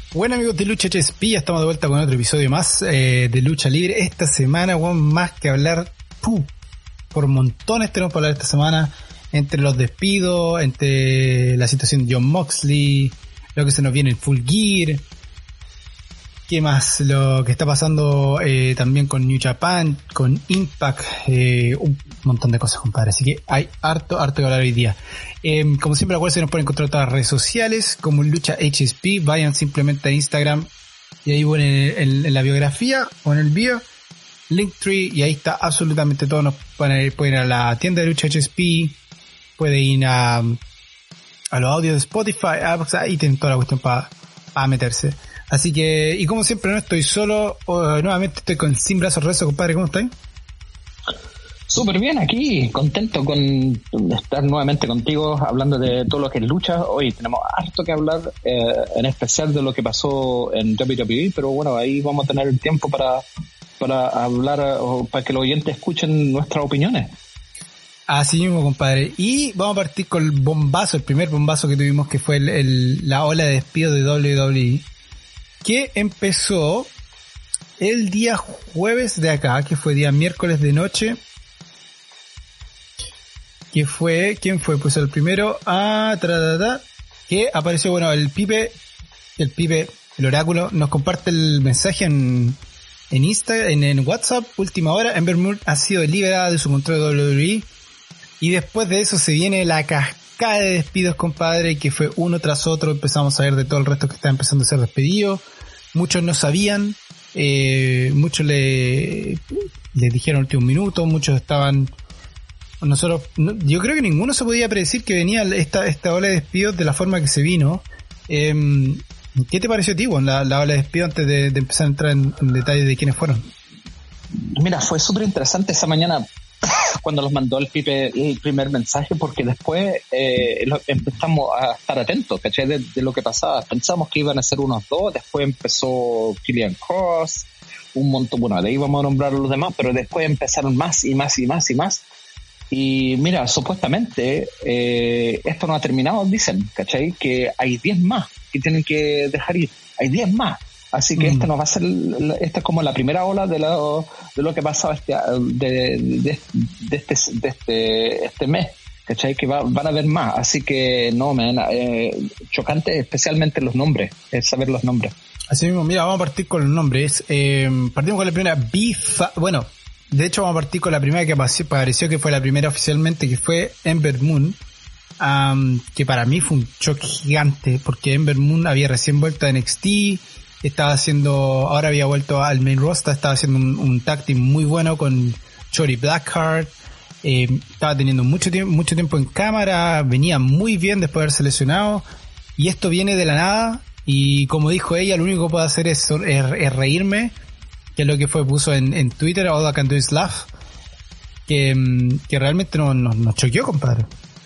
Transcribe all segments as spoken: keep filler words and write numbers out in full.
Bueno, amigos de Lucha H S P, ya estamos de vuelta con otro episodio más eh, de Lucha Libre. Esta semana, bueno, más que hablar, ¡puh! Por montones tenemos para hablar esta semana, entre los despidos, entre la situación de Jon Moxley, lo que se nos viene en Full Gear, qué más, lo que está pasando eh, también con New Japan, con Impact, eh, un montón de cosas, compadre. Así que hay harto, harto que hablar hoy día. Eh, como siempre, recuerden que nos pueden encontrar en todas las redes sociales como Lucha H S P. Vayan simplemente a Instagram y ahí ponen en, en, en la biografía o en el bio Linktree, y ahí está absolutamente todo. Nos pueden ir, pueden ir a la tienda de Lucha H S P, pueden ir a, a los audios de Spotify, ahí tienen toda la cuestión para pa meterse. Así que, y como siempre no estoy solo, oh, nuevamente estoy con Sin Brazos Rezo, compadre. ¿Cómo estás? Súper bien, aquí, contento con estar nuevamente contigo, hablando de todo lo que es lucha. Hoy tenemos harto que hablar, eh, en especial de lo que pasó en W W E, pero bueno, ahí vamos a tener el tiempo para, para hablar, o para que los oyentes escuchen nuestras opiniones. Así mismo, compadre. Y vamos a partir con el bombazo, el primer bombazo que tuvimos, que fue el, el, la ola de despido de W W E, que empezó el día jueves de acá, que fue día miércoles de noche, que fue, ¿quién fue? Pues el primero, ah, tra, que apareció, bueno, el Pipe, el Pipe, el oráculo, nos comparte el mensaje en, en Insta, en, en WhatsApp, última hora. Ember Moon ha sido liberada de su control de W W E, y después de eso se viene la cascada de despidos, compadre, que fue uno tras otro. Empezamos a ver de todo el resto que está empezando a ser despedido. Muchos no sabían, eh, muchos le, le dijeron último minuto, muchos estaban, nosotros, no, yo creo que ninguno se podía predecir que venía esta, esta ola de despidos de la forma que se vino. Eh, ¿Qué te pareció a ti, bueno, la, la ola de despidos antes de, de empezar a entrar en, en detalles de quiénes fueron? Mira, fue súper interesante esa mañana cuando los mandó el Pipe el primer mensaje, porque después eh, lo, empezamos a estar atentos, ¿cachai? De, de lo que pasaba. Pensamos que iban a ser unos dos, después empezó Killian Cross, un montón, bueno, de ahí vamos a nombrar a los demás, pero después empezaron más y más y más y más. Y mira, supuestamente eh, esto no ha terminado, dicen, ¿cachai? Que hay diez más que tienen que dejar ir, hay diez más. Así que mm. esta no va a ser, esta es como la primera ola de lo, de lo que pasaba este, de, de, de este, de este, este mes, ¿cachai? Que va, van a haber más. Así que no, man, eh, chocante, especialmente los nombres, es saber los nombres. Así mismo, mira, vamos a partir con los nombres. Eh, partimos con la primera, Bifa, bueno, de hecho vamos a partir con la primera que apareció, pareció que fue la primera oficialmente, que fue Ember Moon. Um, que para mí fue un shock gigante, porque Ember Moon había recién vuelto a N X T, estaba haciendo, ahora había vuelto al main roster, estaba haciendo un, un tag team muy bueno con Shorty Blackheart, eh, estaba teniendo mucho tiempo, mucho tiempo en cámara, venía muy bien después de haberse lesionado, y esto viene de la nada, y como dijo ella, lo único que puedo hacer es, es, es reírme, que es lo que fue, puso en, en Twitter, all I can do is laugh, que, que realmente nos, nos, nos choqueó, compadre.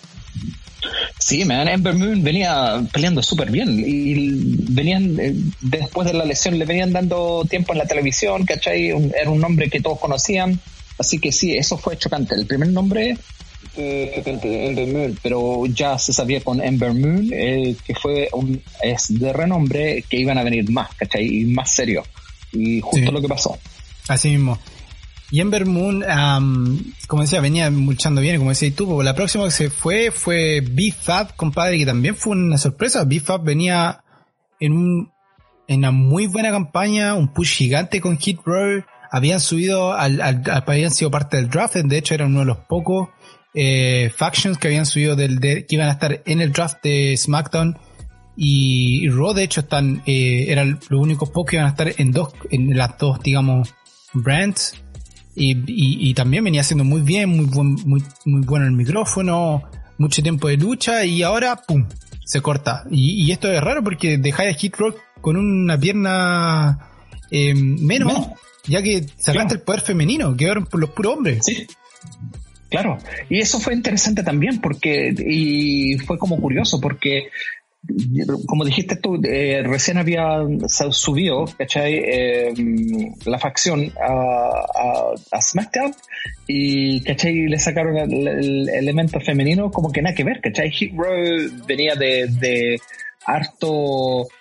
Sí, man, Ember Moon venía peleando súper bien y venían, eh, después de la lesión le venían dando tiempo en la televisión, ¿cachai? Un, era un nombre que todos conocían, así que sí, eso fue chocante. El primer nombre, eh, chocante, Ember Moon, pero ya se sabía con Ember Moon eh, que fue un, es de renombre, que iban a venir más, ¿cachai? Y más serio, y justo sí, lo que pasó. Así mismo. Y Ember Moon, um, como decía, venía luchando bien, como decías tú, la próxima que se fue fue B-Fab, compadre, que también fue una sorpresa. B-Fab venía en un en una muy buena campaña, un push gigante con Hit Row, habían subido, al, al, al, habían sido parte del draft, de hecho eran uno de los pocos eh, factions que habían subido, del de, que iban a estar en el draft de SmackDown, y, y Raw, de hecho, están eh, eran los únicos pocos que iban a estar en dos, en las dos, digamos, brands. Y, y, y también venía haciendo muy bien, muy buen, muy, muy bueno el micrófono, mucho tiempo de lucha, y ahora ¡pum! Se corta. Y, y esto es raro porque dejáis a Hit Rock con una pierna eh, menos, no, ya que sacaste claro. el poder femenino, quedaron por los puros hombres. Sí, claro. Y eso fue interesante también, porque, y fue como curioso, porque como dijiste tú, eh, recién había subido, ¿cachai? Eh, la facción a, a, a SmackDown, y, ¿cachai? Le sacaron el, el elemento femenino, como que nada que ver, ¿cachai? Hit Row venía de, de harto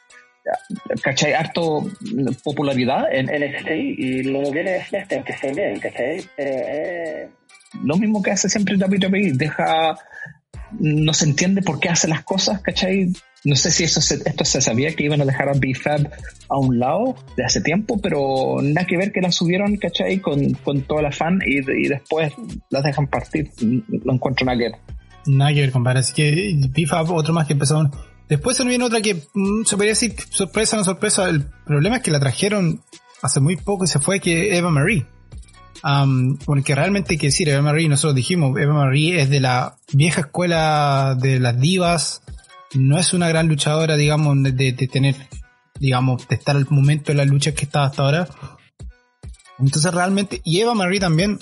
¿cachai? Harto popularidad en N X T y lo viene es Lesnar, que está bien, ¿cachai? Pero eh... lo mismo que hace siempre W W E, deja, no se entiende por qué hace las cosas, ¿cachai? No sé si eso se, esto se sabía que iban a dejar a B-Fab a un lado de hace tiempo, pero nada que ver que la subieron, ¿cachai? Con, con toda la fan y, y después las dejan partir. Lo encuentro nada que ver. Nada que ver, compadre. Así que B-Fab, otro más que empezaron. Después se nos viene otra que mmm, se podría decir sorpresa, no sorpresa. El problema es que la trajeron hace muy poco y se fue, que Eva Marie. Um, porque realmente hay que decir, Eva Marie, nosotros dijimos, Eva Marie es de la vieja escuela de las divas. No es una gran luchadora, digamos, de, de tener, digamos, de estar al momento de las luchas que estaba hasta ahora. Entonces realmente, y Eva Marie también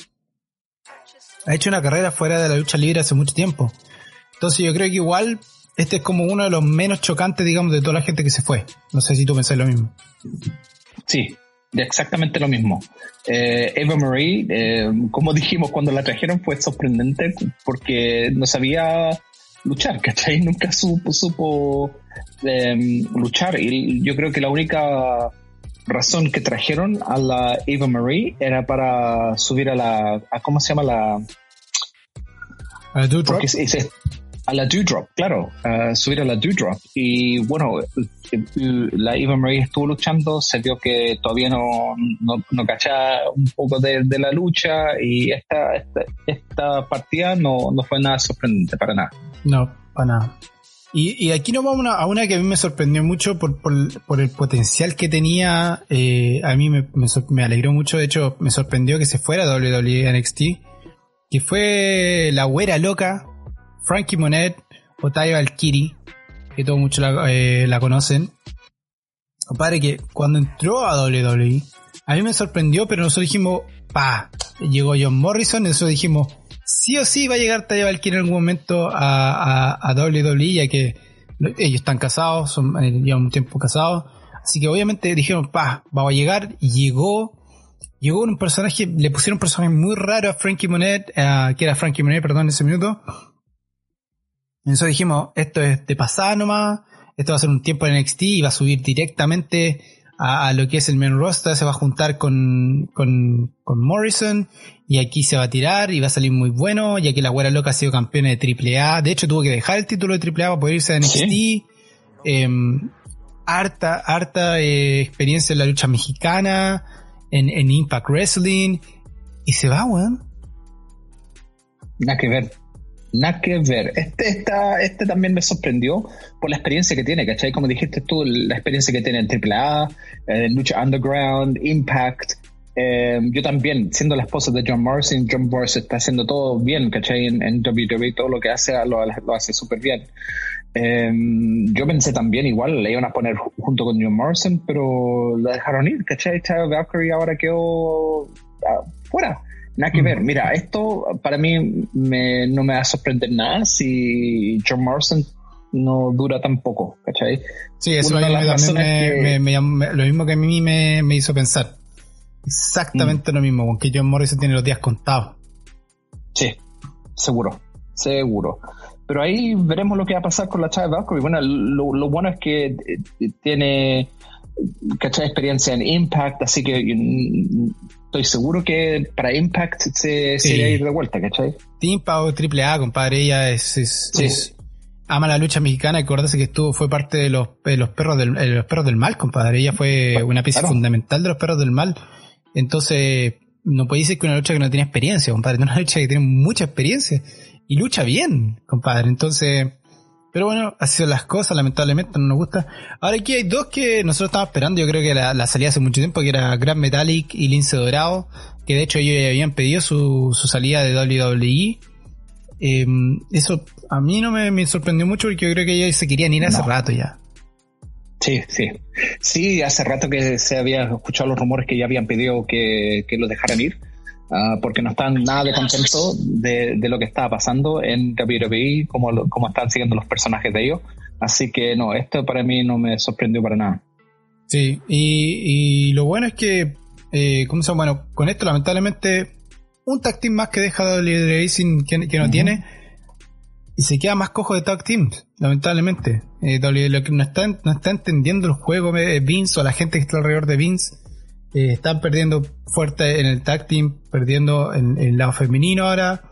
ha hecho una carrera fuera de la lucha libre hace mucho tiempo. Entonces yo creo que igual este es como uno de los menos chocantes, digamos, de toda la gente que se fue. No sé si tú pensás lo mismo. Sí, exactamente lo mismo. Eh, Eva Marie, eh, como dijimos cuando la trajeron, fue sorprendente porque no sabía luchar, ¿cachai? Nunca supo, supo eh, luchar, y yo creo que la única razón que trajeron a la Eva Marie era para subir a la, a, ¿cómo se llama? La, ¿A la Doudrop? Porque es, es, a la Doudrop, claro, uh, subir a la Doudrop. Y bueno, la Eva Marie estuvo luchando, se vio que todavía no, no, no cachaba un poco de, de la lucha, y esta, esta, esta partida no, no fue nada sorprendente, para nada. No, para nada. Y, y aquí nos vamos a una, a una que a mí me sorprendió mucho por, por, por el potencial que tenía. Eh, a mí me, me, me alegró mucho, de hecho me sorprendió que se fuera a W W E N X T, que fue la güera loca Frankie Monet o Taya Valkyrie, que todos muchos la, eh, la conocen. Compadre, que cuando entró a W W E a mí me sorprendió, pero nosotros dijimos, pa, llegó John Morrison, y nosotros dijimos, sí o sí va a llegar Taya Valkyrie en algún momento a, a, a W W E, ya que ellos están casados, son, eh, llevan un tiempo casados, así que obviamente dijeron, pa, va a llegar, y llegó, llegó un personaje, le pusieron un personaje muy raro a Frankie Monet, uh, que era Frankie Monet, perdón, en ese minuto. Entonces dijimos, esto es de pasada nomás, esto va a ser un tiempo en N X T y va a subir directamente a, a lo que es el main roster, se va a juntar con, con, con Morrison, y aquí se va a tirar y va a salir muy bueno, ya que la güera loca ha sido campeona de triple A. De hecho tuvo que dejar el título de triple A para poder irse a N X T. ¿Sí? eh, harta, harta eh, experiencia en la lucha mexicana, en, en Impact Wrestling, y se va, weón. Nada que ver. Nada que ver. Este, esta, este también me sorprendió por la experiencia que tiene, ¿cachai? Como dijiste tú, la experiencia que tiene en triple A, en lucha underground, Impact. Eh, yo también, siendo la esposa de John Morrison, John Morrison está haciendo todo bien, ¿cachai? En, en W W E todo lo que hace lo, lo hace súper bien. Eh, yo pensé también igual, le iban a poner junto con John Morrison, pero la dejaron ir, ¿cachai? Taya Valkyrie ahora quedó uh, fuera. Nada que ver. Mira, esto para mí me, no me va a sorprender nada si John Morrison no dura tan poco, ¿cachai? Sí, eso a mí también me, que... me, me, me, lo mismo que a mí me, me hizo pensar. Exactamente mm. lo mismo, porque John Morrison tiene los días contados. Sí, seguro, seguro. Pero ahí veremos lo que va a pasar con la Taya Valkyrie. Bueno, lo, lo bueno es que tiene, ¿cachai? Experiencia en Impact, así que estoy seguro que para Impact se, sí. se irá a ir de vuelta, ¿cachai? Impact o triple A, compadre, ella es, es, sí. es ama la lucha mexicana, y acuérdate que estuvo, fue parte de los, de los perros del, de los perros del mal, compadre. Ella fue bueno, una pieza claro. fundamental de los perros del mal. Entonces, no puede decir que una lucha que no tiene experiencia, compadre. Es una lucha que tiene mucha experiencia y lucha bien, compadre. Entonces, pero bueno, así son las cosas, lamentablemente no nos gusta. Ahora aquí hay dos que nosotros estamos esperando, yo creo que la, la salida hace mucho tiempo, que era Gran Metalik y Lince Dorado, que de hecho ellos ya habían pedido su, su salida de W W E. Eh, eso a mí no me, me sorprendió mucho, porque yo creo que ellos se querían ir hace no. rato ya. Sí, sí. Sí, hace rato que se había escuchado los rumores que ya habían pedido que, que los dejaran ir, uh, porque no están nada de contento de, de lo que estaba pasando en W W E, como, lo, como están siguiendo los personajes de ellos. Así que no, esto para mí no me sorprendió para nada. Sí, y, y lo bueno es que, eh, ¿cómo se llama? Bueno, con esto lamentablemente un tag team más que deja W W E sin, que, que no uh-huh. tiene. y se queda más cojo de tag teams, lamentablemente. Eh, W W E lo que no está, no está entendiendo el juego de Vince o la gente que está alrededor de Vince. Eh, están perdiendo fuerte en el tag team, perdiendo en, en el lado femenino ahora.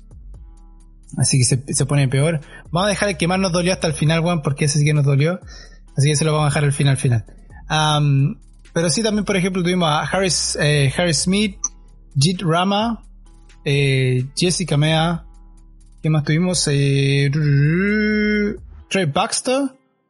Así que se, se pone peor. Vamos a dejar el que más nos dolió hasta el final, Juan, porque ese sí que nos dolió. Así que se lo vamos a dejar al final, al final. Um, pero sí, también, por ejemplo, tuvimos a Harris, eh, Harris Smith, Jit Rama, eh, Jessica Mea. ¿Qué más tuvimos? Eh, Trey Baxter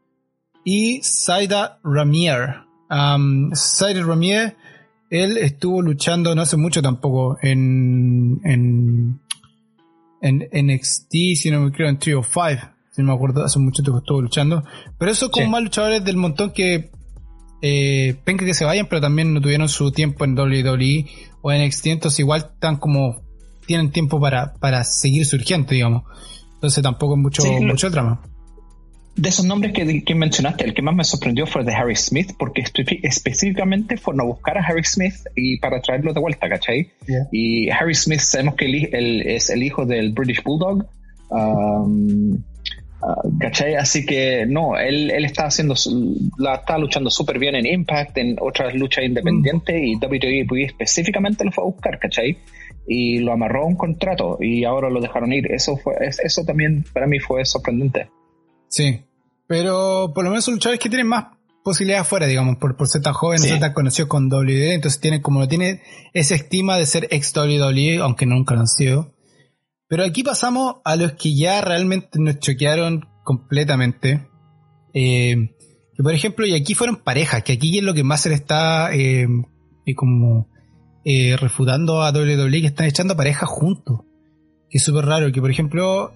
y Saida Ramier. Um, Saida Ramier, él estuvo luchando no hace mucho tampoco en en, en N X T, si no me creo, en three oh five, si no me acuerdo, hace mucho tiempo estuvo luchando. Pero eso con sí. Más luchadores del montón que eh, penca que se vayan, pero también no tuvieron su tiempo en W W E o N X T, entonces igual están como tienen tiempo para, para seguir surgiendo, digamos. Entonces tampoco es mucho, sí, mucho drama. De esos nombres que, que mencionaste, el que más me sorprendió fue el de Harry Smith, porque espe- específicamente fueron a buscar a Harry Smith y para traerlo de vuelta, ¿cachai? Yeah. Y Harry Smith sabemos que él, él es el hijo del British Bulldog, um, uh, ¿cachai? Así que no, él, él está haciendo, la está luchando súper bien en Impact, en otras luchas independientes, mm. y W W E específicamente lo fue a buscar, ¿cachai? Y lo amarró a un contrato y ahora lo dejaron ir. Eso fue, eso también para mí fue sorprendente. Sí, pero por lo menos son luchadores que tienen más posibilidades afuera, digamos, por, por ser tan jóvenes, sí. Ser tan conocidos con W W E, entonces tienen como no tiene esa estima de ser ex W W E, aunque nunca lo han sido. Pero aquí pasamos a los que ya realmente nos choquearon completamente. Eh, que por ejemplo, y aquí fueron parejas, que aquí es lo que más se le está eh, eh, como eh, refutando a W W E, que están echando parejas juntos. Que es súper raro, que por ejemplo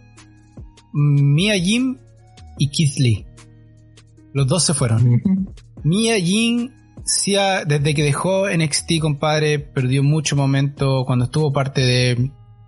Mia Yim y Keith Lee, los dos se fueron. Uh-huh. Mia Yim, sí, desde que dejó N X T, compadre, perdió mucho momento cuando estuvo parte de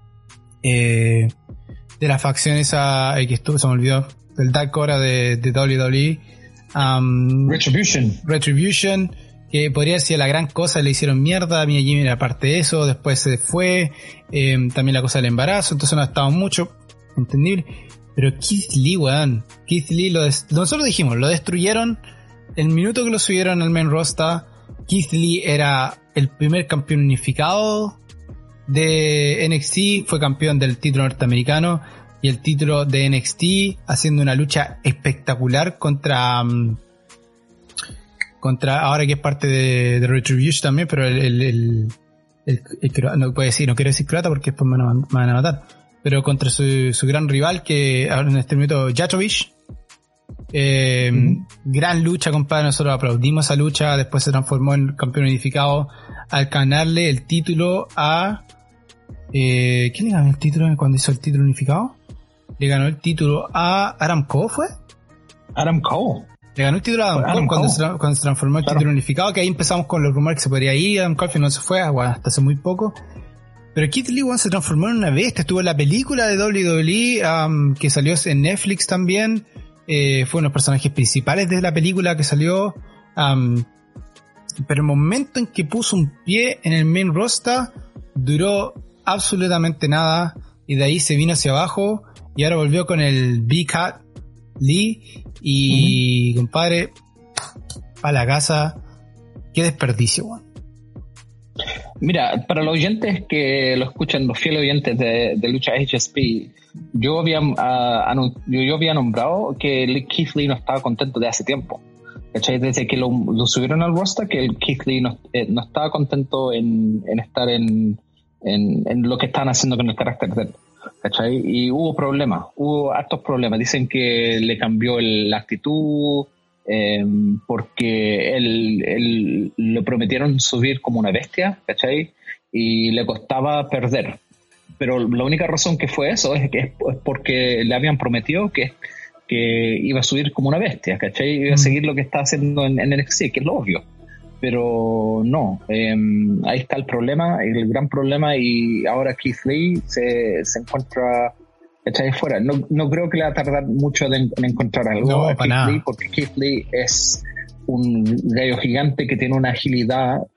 eh, de la facción esa eh, que estuvo, se me olvidó, del Dark Order de, de W W E, um, Retribution Retribution, que podría haber sido la gran cosa, le hicieron mierda. Mia Yim era parte de eso, después se fue, eh, también la cosa del embarazo, entonces no ha estado mucho, entendible. Pero Keith Lee, weón, Keith Lee, lo des- nosotros dijimos, lo destruyeron el minuto que lo subieron al main roster. Keith Lee era el primer campeón unificado de N X T, fue campeón del título norteamericano y el título de N X T, haciendo una lucha espectacular contra um, contra ahora que es parte de, de Retribution también, pero el, el, el, el, el, el no puedo decir, no quiero decir croata porque después me van a, me van a matar, pero contra su, su gran rival, que ahora en este momento Jatovic. Eh, mm-hmm. Gran lucha, compadre, nosotros aplaudimos esa lucha. Después se transformó en campeón unificado al ganarle el título a eh, ¿quién le ganó el título cuando hizo el título unificado? Le ganó el título a Adam Cole, ¿fue? Adam Cole le ganó el título a Adam, Adam Cole, Cole. Cuando, se, cuando se transformó en claro. título unificado, que ahí empezamos con los rumores que se podría ir. Adam Cole no se fue, bueno, hasta hace muy poco. Pero Keith Lee, bueno, se transformó en una bestia. Estuvo en la película de W W E, um, que salió en Netflix también. Eh, fue uno de los personajes principales de la película que salió. Um, pero el momento en que puso un pie en el main roster, duró absolutamente nada. Y de ahí se vino hacia abajo. Y ahora volvió con el B-Cat Lee. Y, uh-huh. compadre, a la casa. Qué desperdicio, weón. Mira, para los oyentes que lo escuchan, los fieles oyentes de, de Lucha H S P, yo había, uh, anun- yo, yo había nombrado que Keith Lee no estaba contento de hace tiempo. ¿Cachai? Desde que lo, lo subieron al roster, que el Keith Lee no, eh, no estaba contento en, en estar en, en, en lo que estaban haciendo con el carácter de él. ¿Cachai? Y hubo problemas, hubo hartos problemas. Dicen que le cambió el, la actitud, Eh, porque él, él le prometieron subir como una bestia, ¿cachai? Y le costaba perder, pero la única razón que fue eso es que es porque le habían prometido que, que iba a subir como una bestia, ¿cachai? Iba a seguir lo que está haciendo en, en N X T, que es lo obvio, pero no, eh, ahí está el problema, el gran problema, y ahora Keith Lee se, se encuentra ¿cachai? Fuera. No, no creo que le va a tardar mucho en, en encontrar algo no, a Keith Lee, porque Keith Lee es un gallo gigante que tiene una agilidad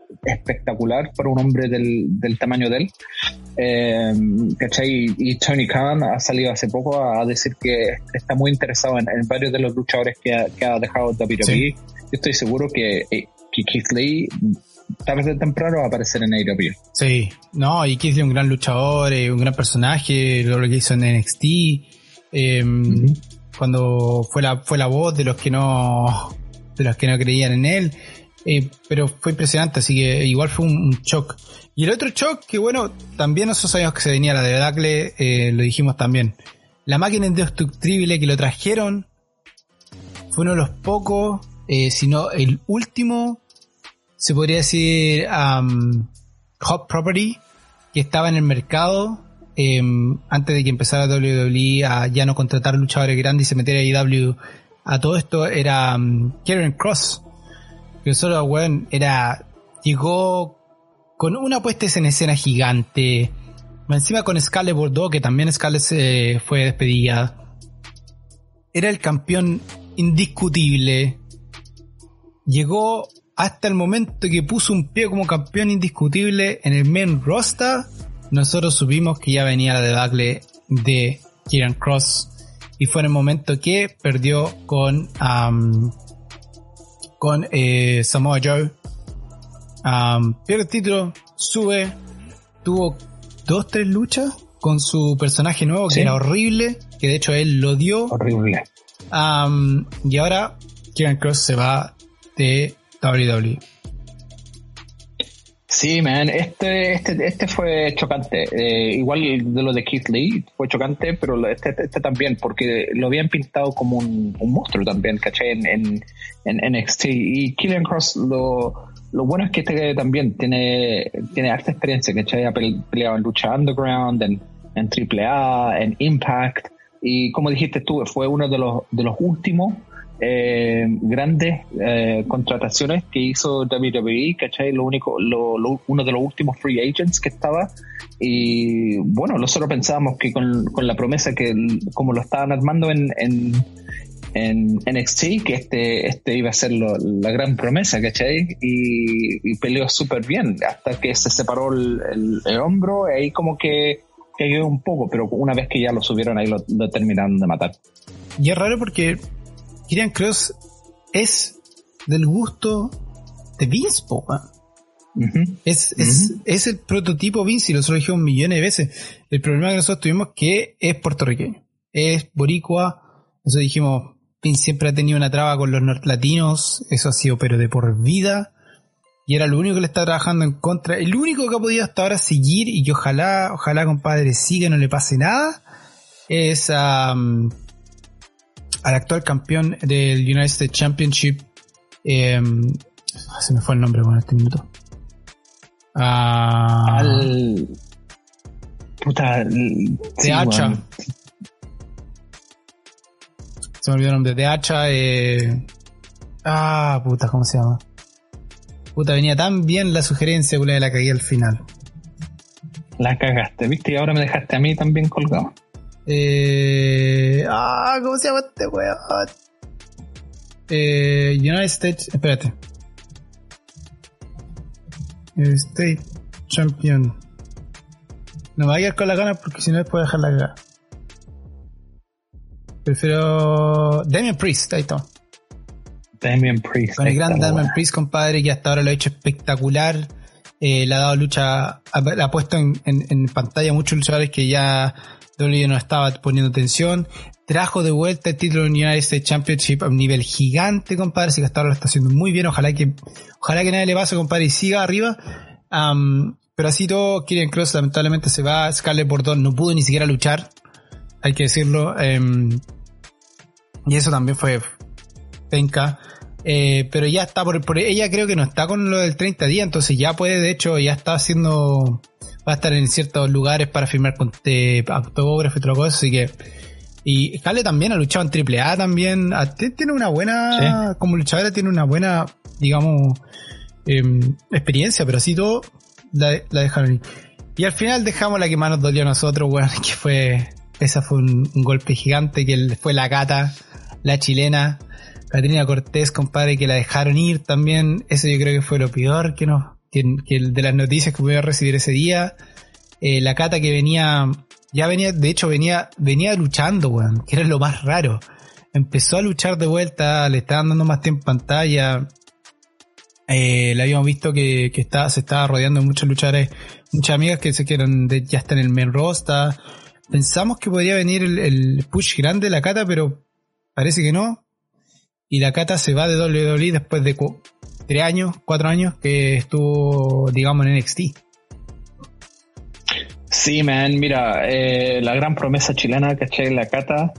espectacular para un hombre del, del tamaño de él. Eh, ¿cachai? Y Tony Khan ha salido hace poco a decir que está muy interesado en, en varios de los luchadores que ha, que ha dejado W W E. Sí. Yo estoy seguro que, que Keith Lee tarde o temprano va a aparecer en A E W. Sí, no, y Keith Lee es un gran luchador, eh, un gran personaje, lo que hizo en N X T, eh, uh-huh. cuando fue la fue la voz de los que no de los que no creían en él, eh, pero fue impresionante, así que igual fue un, un shock. Y el otro shock, que bueno, también nosotros sabíamos que se venía la debacle, eh, lo dijimos también, la máquina indestructible que lo trajeron fue uno de los pocos, eh, si no el último, se podría decir um, hot property que estaba en el mercado eh, antes de que empezara W W E a ya no contratar luchadores grandes y se metiera a A E W a todo esto. Era um, Karrion Kross, que solo bueno, era llegó con una puesta en escena gigante, encima con Scarlett Bordeaux, que también Scarlett eh, fue despedida. Era el campeón indiscutible, llegó hasta el momento que puso un pie como campeón indiscutible en el main roster. Nosotros supimos que ya venía la debacle de Karrion Kross y fue en el momento que perdió con um, con eh, Samoa Joe. Um, pierde el título, sube, tuvo dos, tres luchas con su personaje nuevo que ¿sí? era horrible, que de hecho él lo dio. Horrible. Um, y ahora Karrion Kross se va de W W E. Sí, man, este este este fue chocante. Eh, igual de lo de Keith Lee fue chocante, pero este, este también, porque lo habían pintado como un, un monstruo también, ¿cachai? En, en, en N X T. Y Karrion Kross, lo, lo bueno es que este también tiene, tiene harta experiencia, ¿cachai? Ha peleado en lucha underground, en, en triple A, en Impact. Y como dijiste tú, fue uno de los, de los últimos Eh, grandes eh, contrataciones que hizo W W E, ¿cachai? Lo único, lo, lo, uno de los últimos free agents que estaba. Y bueno, nosotros pensábamos que con, con la promesa que como lo estaban armando en, en, en N X T, que este, este iba a ser lo, la gran promesa, ¿cachai? Y, y peleó súper bien hasta que se separó el, el, el hombro, y ahí como que cayó un poco, pero una vez que ya lo subieron ahí lo, lo terminaron de matar. Y es raro porque Karrion Kross es del gusto de Vince, po, uh-huh. es, uh-huh. es, es el prototipo Vince, y nosotros lo dijimos millones de veces. El problema que nosotros tuvimos que es puertorriqueño, es boricua. Nosotros dijimos, Vince siempre ha tenido una traba con los norlatinos, eso ha sido pero de por vida, y era lo único que le está trabajando en contra. El único que ha podido hasta ahora seguir, y que ojalá, ojalá compadre siga y no le pase nada, es um, al actual campeón del United States Championship, eh, se me fue el nombre con este minuto. Uh, al puta de sí, Hacha. Bueno. Se me olvidó el nombre. De Hacha. Eh, ah, puta, ¿cómo se llama? Puta, venía tan bien la sugerencia que la cagué al final. La cagaste, ¿viste? Y ahora me dejaste a mí también colgado. Eh, ah, ¿cómo se llama este weón? Eh, United States, espérate. State Champion. No me voy a quedar con la gana porque si no después dejar la cagada. Prefiero Damian Priest, ahí está. Damian Priest. Con el gran Damian bueno. Priest, compadre, que hasta ahora lo ha hecho espectacular. Eh, le ha dado lucha, ha, ha puesto en, en, en pantalla muchos luchadores que ya W W E no estaba poniendo atención. Trajo de vuelta el título del United States Championship a un nivel gigante, compadre, así que hasta ahora lo está haciendo muy bien. Ojalá que ojalá que nadie le pase, compadre, y siga arriba. Um, pero así todo, Karrion Kross lamentablemente se va. Scarlett Bordeaux no pudo ni siquiera luchar, hay que decirlo. Um, y eso también fue penca. Eh, pero ya está por, por ella, creo que no está con lo del treinta días, entonces ya puede, de hecho ya está haciendo, va a estar en ciertos lugares para firmar con eh, autógrafos y otra cosa, así que. Y Scarlett también ha luchado en triple A también, tiene una buena, sí. Como luchadora tiene una buena, digamos, eh, experiencia, pero así todo la, la dejaron ir. Y al final dejamos la que más nos dolió a nosotros, bueno, que fue, esa fue un, un golpe gigante, que fue la Cata, la chilena, Catrina Cortés, compadre, que la dejaron ir también. Eso yo creo que fue lo peor que nos, que, que de las noticias que voy a recibir ese día, eh, la Kata que venía, ya venía, de hecho venía, venía luchando, weón, que era lo más raro. Empezó a luchar de vuelta, le estaban dando más tiempo en pantalla. Eh, la habíamos visto que, que estaba, se estaba rodeando de muchos luchadores, muchas amigas que se quedaron de, ya están en el main roster. Pensamos que podría venir el, el push grande de la Kata, pero parece que no. Y la Kata se va de doble u doble u E después de cu- tres años, cuatro años que estuvo, digamos, en N X T. Sí, man, mira, eh, la gran promesa chilena, ¿cachai? La Kata.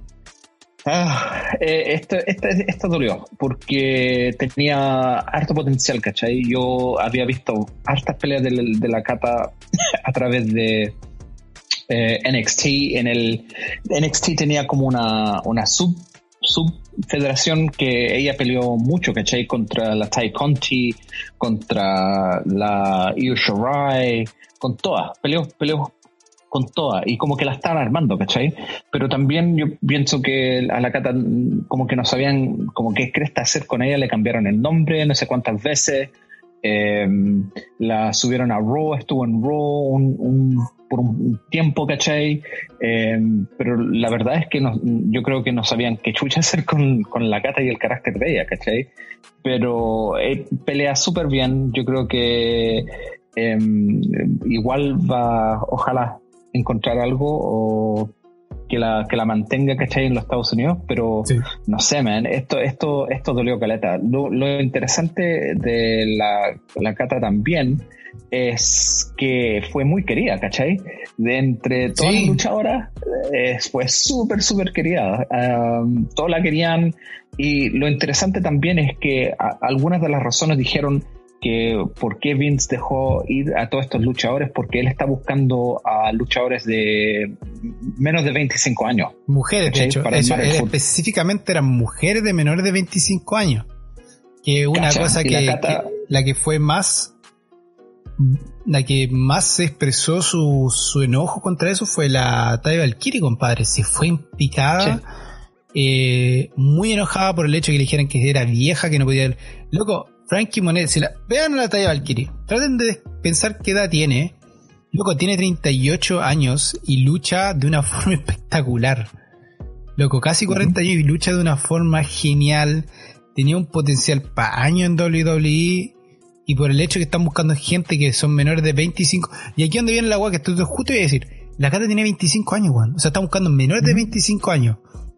Ah, eh, esto, esto, esto dolió porque tenía harto potencial, ¿cachai? Yo había visto hartas peleas de, de la Kata a través de eh, N X T. En el N X T tenía como una, una sub, sub federación que ella peleó mucho, ¿cachai? Contra la Tai Conti, contra la Io Shirai, con todas, peleó, peleó con todas, y como que la estaban armando, ¿cachai? Pero también yo pienso que a la Kata como que no sabían como qué cresta hacer con ella, le cambiaron el nombre no sé cuántas veces, eh, la subieron a Raw, estuvo en Raw un, un, por un tiempo, ¿cachai? Eh, pero la verdad es que no, yo creo que no sabían qué chucha hacer con, con la Kata y el carácter de ella, ¿cachai? Pero eh, pelea súper bien, yo creo que eh, igual va, ojalá encontrar algo o que la que la mantenga, ¿cachai? En los Estados Unidos, pero sí. No sé, man, esto esto esto dolió caleta. Lo, lo interesante de la, la Kata también es que fue muy querida, ¿cachai? De entre todas sí. las luchadoras eh, fue súper súper querida, um, todos la querían, y lo interesante también es que a, algunas de las razones dijeron que por qué Vince dejó ir a todos estos luchadores, porque él está buscando a luchadores de menos de veinticinco años. Mujeres, de hecho, eso, era, específicamente eran mujeres de menores de veinticinco años. Que una Cacha, cosa que la, Kata, que la que fue más, la que más se expresó su, su enojo contra eso fue la Taya Valkyrie, compadre. Se fue implicada, sí. eh, muy enojada por el hecho de que le dijeran que era vieja, que no podía... Loco, Frankie Monet, si la, vean a la Taya Valkyrie, traten de pensar qué edad tiene. Loco, tiene treinta y ocho años y lucha de una forma espectacular. Loco, casi cuarenta años y lucha de una forma genial. Tenía un potencial para años en doble u doble u E, y por el hecho que están buscando gente que son menores de veinticinco. Y aquí donde viene la guay que estoy justo voy a decir, la Kata tiene veinticinco años, weón. O sea, están buscando menores de veinticinco años.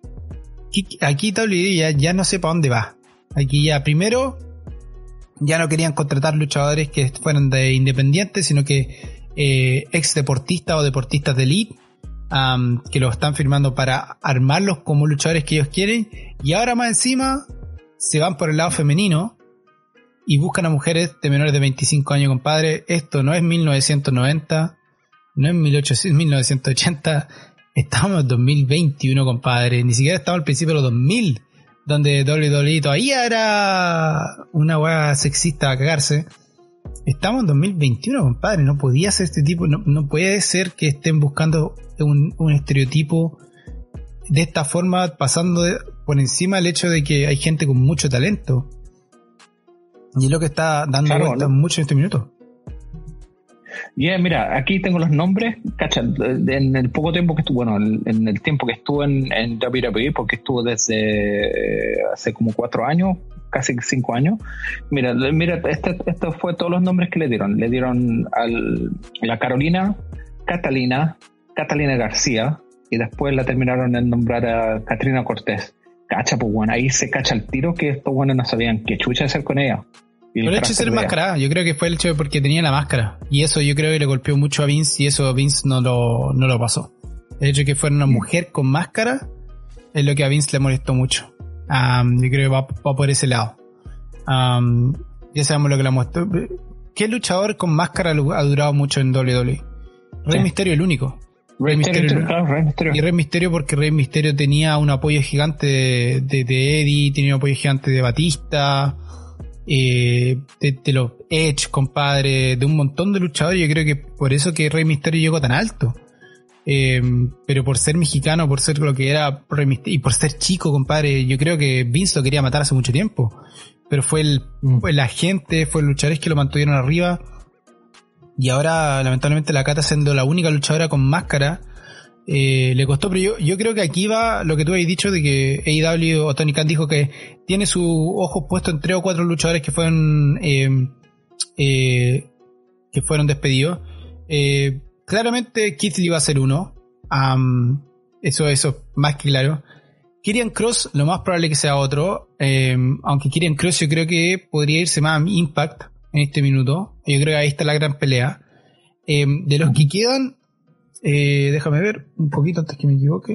Aquí doble u doble u E ya, ya no sé para dónde va. Aquí ya primero ya no querían contratar luchadores que fueran de independientes, sino que eh, ex deportistas o deportistas de elite, um, que los están firmando para armarlos como luchadores que ellos quieren, y ahora más encima se van por el lado femenino y buscan a mujeres de menores de veinticinco años, compadre. Esto no es mil novecientos noventa, no es mil novecientos ochenta, estamos en dos mil veintiuno, compadre. Ni siquiera estamos al principio de los dos mil, donde doble u doble u E todavía era una weá sexista a cagarse. Estamos en dos mil veintiuno, compadre. No podía ser este tipo, no, no puede ser que estén buscando un, un estereotipo de esta forma, pasando de, por encima del hecho de que hay gente con mucho talento. Y es lo que está dando claro, vuelta ¿no? mucho en este minuto. Yeah, mira, aquí tengo los nombres, cacha, en el poco tiempo que estuvo, bueno, en el tiempo que estuvo en, en doble u doble u E, porque estuvo desde hace como cuatro años, casi cinco años. Mira, mira, este, esto fue todos los nombres que le dieron. Le dieron a la Carolina, Catalina, Catalina García, y después la terminaron en nombrar a Catrina Cortés. Cacha, pues bueno, ahí se cacha el tiro que estos buenos no sabían qué chucha hacer con ella. Por el hecho de ser máscara, yo creo que fue el hecho de porque tenía la máscara. Y eso yo creo que le golpeó mucho a Vince, y eso Vince no lo, no lo pasó. El hecho de que fuera una mujer con máscara es lo que a Vince le molestó mucho. Um, yo creo que va, va por ese lado. Um, ya sabemos lo que le mostró. ¿Qué luchador con máscara ha durado mucho en doble u doble u E? Rey sí. Mysterio el único. Rey Mysterio, Mysterio, claro, Rey Mysterio. Y Rey Mysterio porque Rey Mysterio tenía un apoyo gigante de, de, de Eddie, tenía un apoyo gigante de Batista, eh, de, de los Edge, compadre, de un montón de luchadores. Yo creo que por eso que Rey Mysterio llegó tan alto. Eh, pero por ser mexicano, por ser lo que era Rey Mysterio, y por ser chico, compadre, yo creo que Vince lo quería matar hace mucho tiempo. pero fue el, mm. fue la gente, fue los luchadores que lo mantuvieron arriba. Y ahora, lamentablemente, la Kata, siendo la única luchadora con máscara, eh, le costó. Pero yo, yo creo que aquí va lo que tú habías dicho de que A E W o Tony Khan dijo que tiene su ojo puesto en tres o cuatro luchadores que fueron eh, eh, que fueron despedidos. Eh, claramente Keith Lee va a ser uno. Um, eso, eso, más que claro. Karrion Kross, lo más probable que sea otro. Eh, aunque Karrion Kross yo creo que podría irse más a Impact en este minuto. Yo creo que ahí está la gran pelea. Eh, de los que quedan, eh, déjame ver un poquito antes que me equivoque.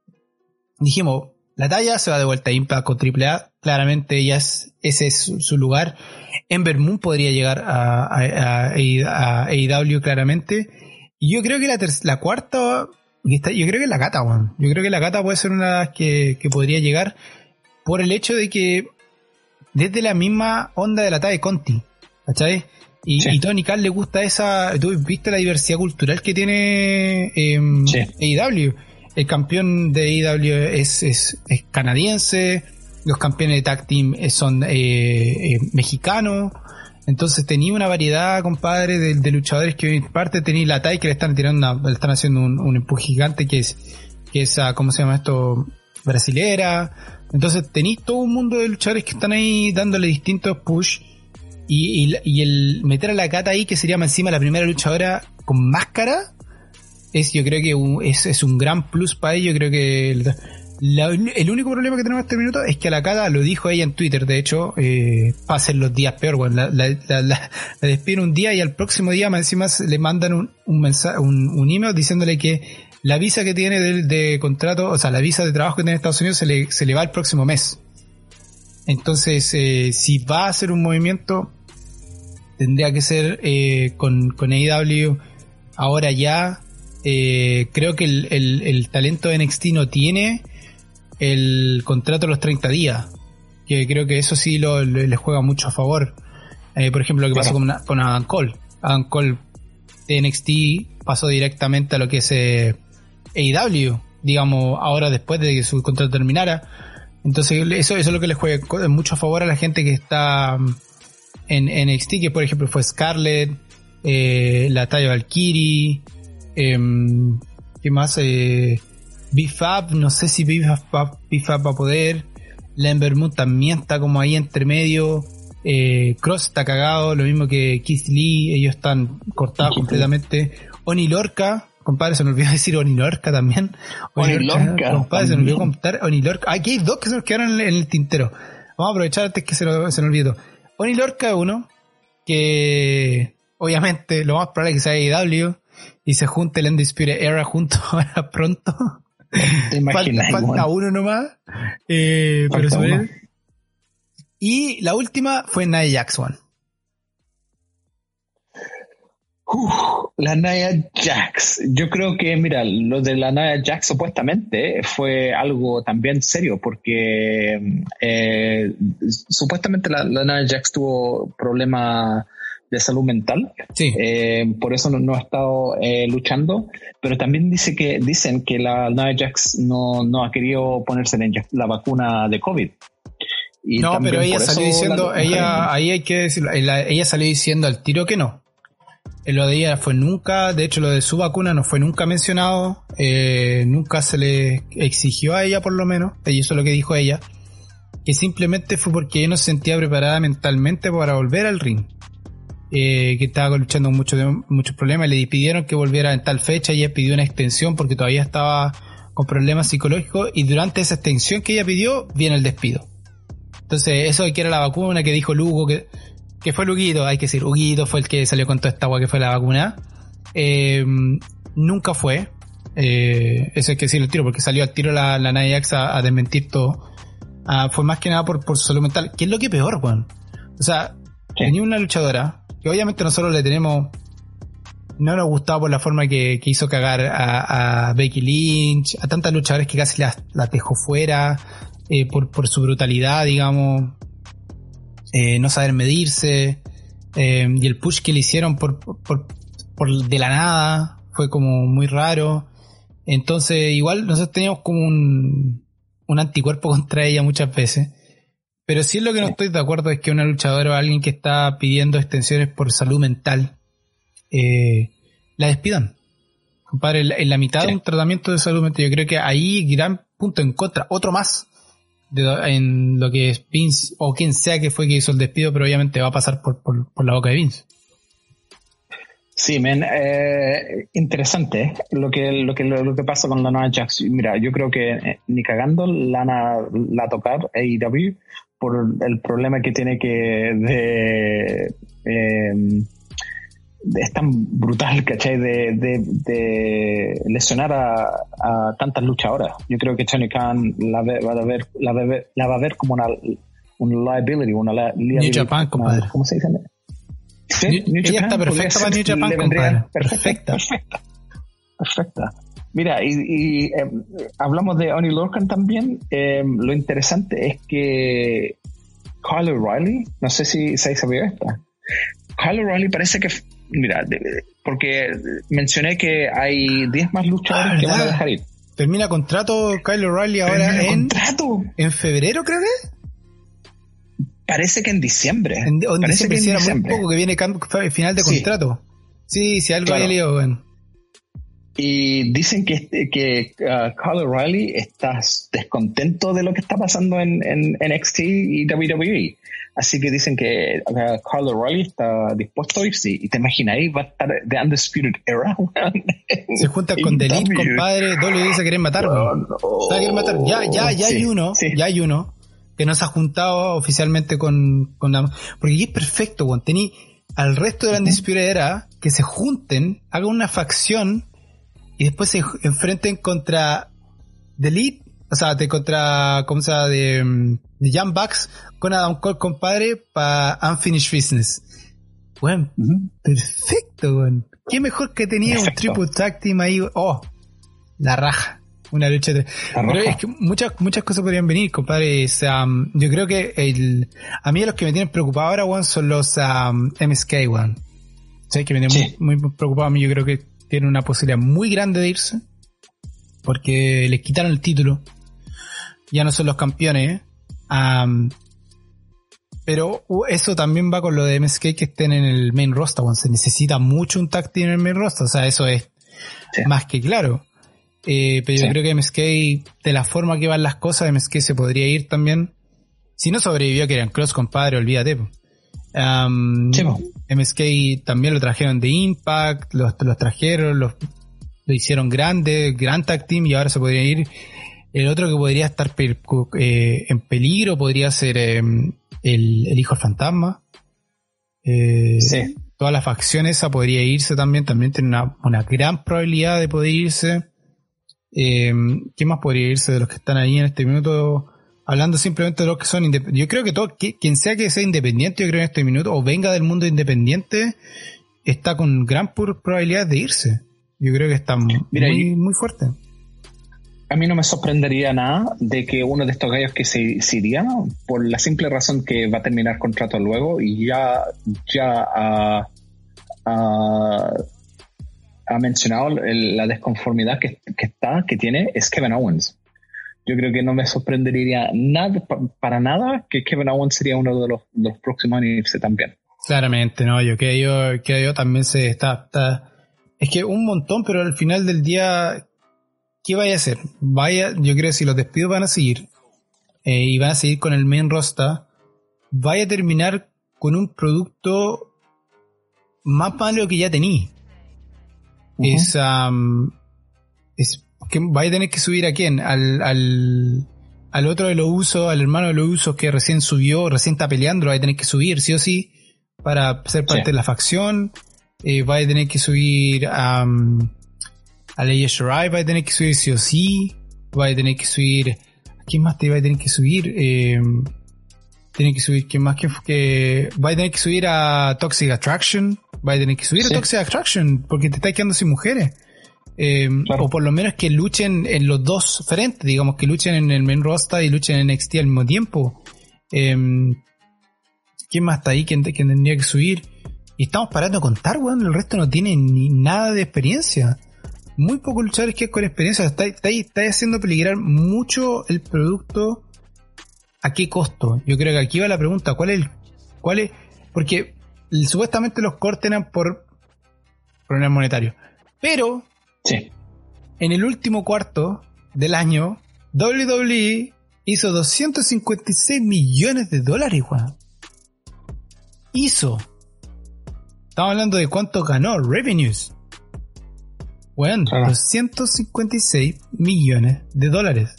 Dijimos, la talla se va de vuelta a Impact con Triple A. Claramente ella es, ese es su, su lugar. Ember Moon podría llegar a, a, a, a A E W claramente. Y yo creo que la, ter- la cuarta, yo creo que es la Kata, bueno. Yo creo que la Kata puede ser una de las que, que podría llegar por el hecho de que desde la misma onda de la talla de Conti, ¿cachai? Y, sí. y Tony Khan le gusta esa. ¿Tú viste la diversidad cultural que tiene eh, sí. A E W? El campeón de A E W es, es, es canadiense, los campeones de tag team son eh, eh, mexicanos. Entonces tenía una variedad, compadre, de, de luchadores que en parte tenía la T A I que le están tirando una, le están haciendo un, un empuje gigante que es, que es a, ¿cómo se llama esto? Brasilera. Entonces tenéis todo un mundo de luchadores que están ahí dándole distintos push. Y, y, y el meter a la Kata ahí, que sería más encima la primera luchadora con máscara, es yo creo que un, es, es un gran plus para ello. Creo que el, la, el único problema que tenemos en este minuto es que a la Kata, lo dijo ella en Twitter, de hecho, eh, pasen los días peor, bueno, la, la, la, la, la despiden un día y al próximo día más encima le mandan un, un mensaje, un, un email diciéndole que la visa que tiene de, de contrato, o sea, la visa de trabajo que tiene en Estados Unidos se le, se le va el próximo mes. Entonces, eh, si va a hacer un movimiento, tendría que ser eh, con, con A E W ahora ya. Eh, creo que el, el, el talento de N X T no tiene el contrato de los treinta días, que creo que eso sí lo, le, le juega mucho a favor. Eh, por ejemplo, lo que pasó con, con Adam Cole. Adam Cole de N X T pasó directamente a lo que es eh, A E W, digamos, ahora después de que su contrato terminara. Entonces eso, eso es lo que le juega mucho a favor a la gente que está en N X T, que por ejemplo fue Scarlett, eh, la Taya Valkyrie, eh, ¿qué más? Eh, B-Fab, no sé si B-Fab, B-Fab va a poder. Ember Moon también está como ahí entre medio. eh, Cross está cagado, lo mismo que Keith Lee, ellos están cortados Keith completamente. Oni Lorca, compadre, se me olvidó decir Oni Lorca también. Oni, Oni Lorca, Lorca, compadre, también. Se me olvidó contar Oni Lorca. Aquí hay dos que se nos quedaron en el, en el tintero. Vamos a aprovechar antes que se, lo, se nos olvide. Oni Lorca es uno que obviamente lo más probable es que sea A E W y se junte el Undisputed Era junto ahora pronto. Te imaginas, falta, falta uno nomás. Eh, pero sobre uno. Y la última fue Nia Jax One. Uf, la Nia Jax. Yo creo que, mira, lo de la Nia Jax supuestamente fue algo también serio, porque eh, supuestamente la, la Nia Jax tuvo problemas de salud mental, sí. eh, por eso no, no ha estado eh, luchando, pero también dice que dicen que la Nia Jax no, no ha querido ponerse la, la vacuna de COVID. Y no, pero ella salió diciendo, la, ella, ahí hay que decirlo, ella, ella salió diciendo al tiro que no. Lo de ella fue nunca, de hecho lo de su vacuna no fue nunca mencionado, eh, nunca se le exigió a ella por lo menos, y eso es lo que dijo ella, que simplemente fue porque ella no se sentía preparada mentalmente para volver al ring. Eh, que estaba luchando con muchos muchos problemas, le pidieron que volviera en tal fecha, ella pidió una extensión porque todavía estaba con problemas psicológicos y durante esa extensión que ella pidió viene el despido. Entonces eso de que era la vacuna que dijo Lugo, que, que fue Luguito, hay que decir, Huguito fue el que salió con toda esta agua que fue la vacuna, eh, nunca fue, eh, eso hay que decirlo al tiro porque salió al tiro la, la Nia Jax a, a desmentir todo. Ah, fue más que nada por, por su salud mental, que es lo que peor, Juan. O sea, sí. Tenía una luchadora que obviamente nosotros le tenemos, no nos gustaba por la forma que, que hizo cagar a, a Becky Lynch, a tantas luchadoras que casi las la dejó fuera, eh, por, por su brutalidad, digamos, eh, no saber medirse, eh, y el push que le hicieron por, por, por de la nada fue como muy raro. Entonces igual nosotros teníamos como un, un anticuerpo contra ella muchas veces. Pero sí es lo que no estoy de acuerdo es que una luchadora o alguien que está pidiendo extensiones por salud mental eh, la despidan. Compadre, en la, en la mitad sí. de un tratamiento de salud mental, yo creo que ahí gran punto en contra, otro más de, en lo que es Vince o quien sea que fue que hizo el despido, pero obviamente va a pasar por, por, por la boca de Vince. Sí, men, eh, interesante ¿eh? lo que lo que lo, lo que pasa con Lana Jax. Mira, yo creo que eh, ni cagando Lana la a tocar A E W por el problema que tiene que de, eh, de es tan brutal, ¿cachai? De, de, de lesionar a, a tantas luchadoras. Yo creo que Tony Khan la ve, va a ver la, ve, la va a ver como una una liability, una liability. New Japan, compadre. ¿Cómo se dice? Sí, New, New ella Japan, está perfecta para New Japan, compadre. Perfecta. Perfecta. Perfecta. Mira, y, y eh, hablamos de Oney Lorcan también. Eh, lo interesante es que Kyle O'Reilly, no sé si se sabía esta. Kyle O'Reilly parece que, mira, de, porque mencioné que hay diez más luchadores ah, que van a dejar ir. Termina contrato Kyle O'Reilly ahora en, contrato? en febrero, creo que. Parece que en diciembre. En, en Parece diciembre, que sí, en era diciembre. muy poco que viene cam- final de sí. contrato. Sí, sí, algo claro. hay lío, bueno. Y dicen que, que uh, Kyle O'Reilly está descontento de lo que está pasando en, en, en N X T y W W E. Así que dicen que uh, Kyle O'Reilly está dispuesto a irse. Y te imaginas, ahí va a estar The Undisputed Era. Se junta con The Elite, compadre. W se quieren matar. No, no. Se quieren matar. Ya, ya, ya sí, hay uno. Sí. Ya hay uno. Que no se ha juntado oficialmente con, con la... Porque aquí es perfecto, weón. Tení al resto de la Undisputed Era que se junten, hagan una facción y después se enfrenten contra The Elite, o sea, de contra, ¿cómo se llama? De, de Young Bucks con Adam Cole, compadre, para Unfinished Business. Weón, uh-huh. perfecto, weón. Qué mejor que tenía perfecto. Un triple tag team ahí. Oh, la raja. Una lucha de... Pero es que muchas muchas cosas podrían venir, compadre. O sea, yo creo que el a mí los que me tienen preocupado ahora, weón, son los um, M S K, weón. ¿Sabes? Que me tienen sí. muy, muy preocupado a mí. Yo creo que tienen una posibilidad muy grande de irse. Porque les quitaron el título. Ya no son los campeones. Um, pero eso también va con lo de M S K que estén en el main roster, weón. Se necesita mucho un tag team en el main roster. O sea, eso es sí. más que claro. Eh, pero sí. yo creo que M S K, de la forma que van las cosas, M S K se podría ir también. Si no sobrevivió a Kieran Cross, compadre, olvídate. Um, sí, M S K también lo trajeron de Impact, los, los trajeron, los, lo hicieron grande, gran tag team, y ahora se podría ir. El otro que podría estar per, eh, en peligro podría ser eh, el, el Hijo del Fantasma. Eh, sí. Toda la facción esa podría irse también, también tiene una, una gran probabilidad de poder irse. Eh, ¿Quién más podría irse de los que están ahí en este minuto? Hablando simplemente de los que son independientes. Yo creo que todo, que, quien sea que sea independiente, yo creo en este minuto, o venga del mundo independiente, está con gran probabilidad de irse. Yo creo que está Mira, muy, muy fuerte. A mí no me sorprendería nada de que uno de estos gallos que se, se iría, por la simple razón que va a terminar contrato luego y ya, ya uh, uh, ha mencionado el, la desconformidad que, que está, que tiene, es Kevin Owens. Yo creo que no me sorprendería nada, para nada, que Kevin Owens sería uno de los, de los próximos en irse también. Claramente, no, yo creo yo, que yo también se está, está, es que un montón, pero al final del día, ¿qué vaya a hacer? Vaya, yo creo que si los despidos van a seguir, eh, y van a seguir con el main roster, vaya a terminar con un producto más malo que ya tenía. Uh-huh. Es, um, es que vaya a tener que subir a quién, al, al, al otro de los usos, al hermano de los usos que recién subió, recién está peleando, lo vaya a tener que subir sí o sí para ser parte sí. de la facción. Eh, vaya a tener que subir um, a Ley Shirai, vaya a tener que subir sí o sí, vaya a tener que subir, ¿a quién más te va a tener que subir? Eh, tiene que subir, ¿quién más? Que, que va a tener que subir a Toxic Attraction, va a tener que subir sí. a Toxic Attraction porque te estás quedando sin mujeres. Eh, claro. O por lo menos que luchen en los dos frentes, digamos que luchen en el main roster y luchen en N X T al mismo tiempo. Eh, ¿Quién más está ahí? ¿Quién, quién tendría que subir? Y estamos parando a contar, weón. El resto no tiene ni nada de experiencia. Muy pocos luchadores que con experiencia. Está, está, está haciendo peligrar mucho el producto ¿a qué costo? Yo creo que aquí va la pregunta, ¿cuál es el, cuál es? Porque supuestamente los cortes eran por problemas monetarios, pero sí. En el último cuarto del año, doble u doble u E hizo doscientos cincuenta y seis millones de dólares, weón. Hizo. Estamos hablando de cuánto ganó, revenues. Weón, claro. doscientos cincuenta y seis millones de dólares.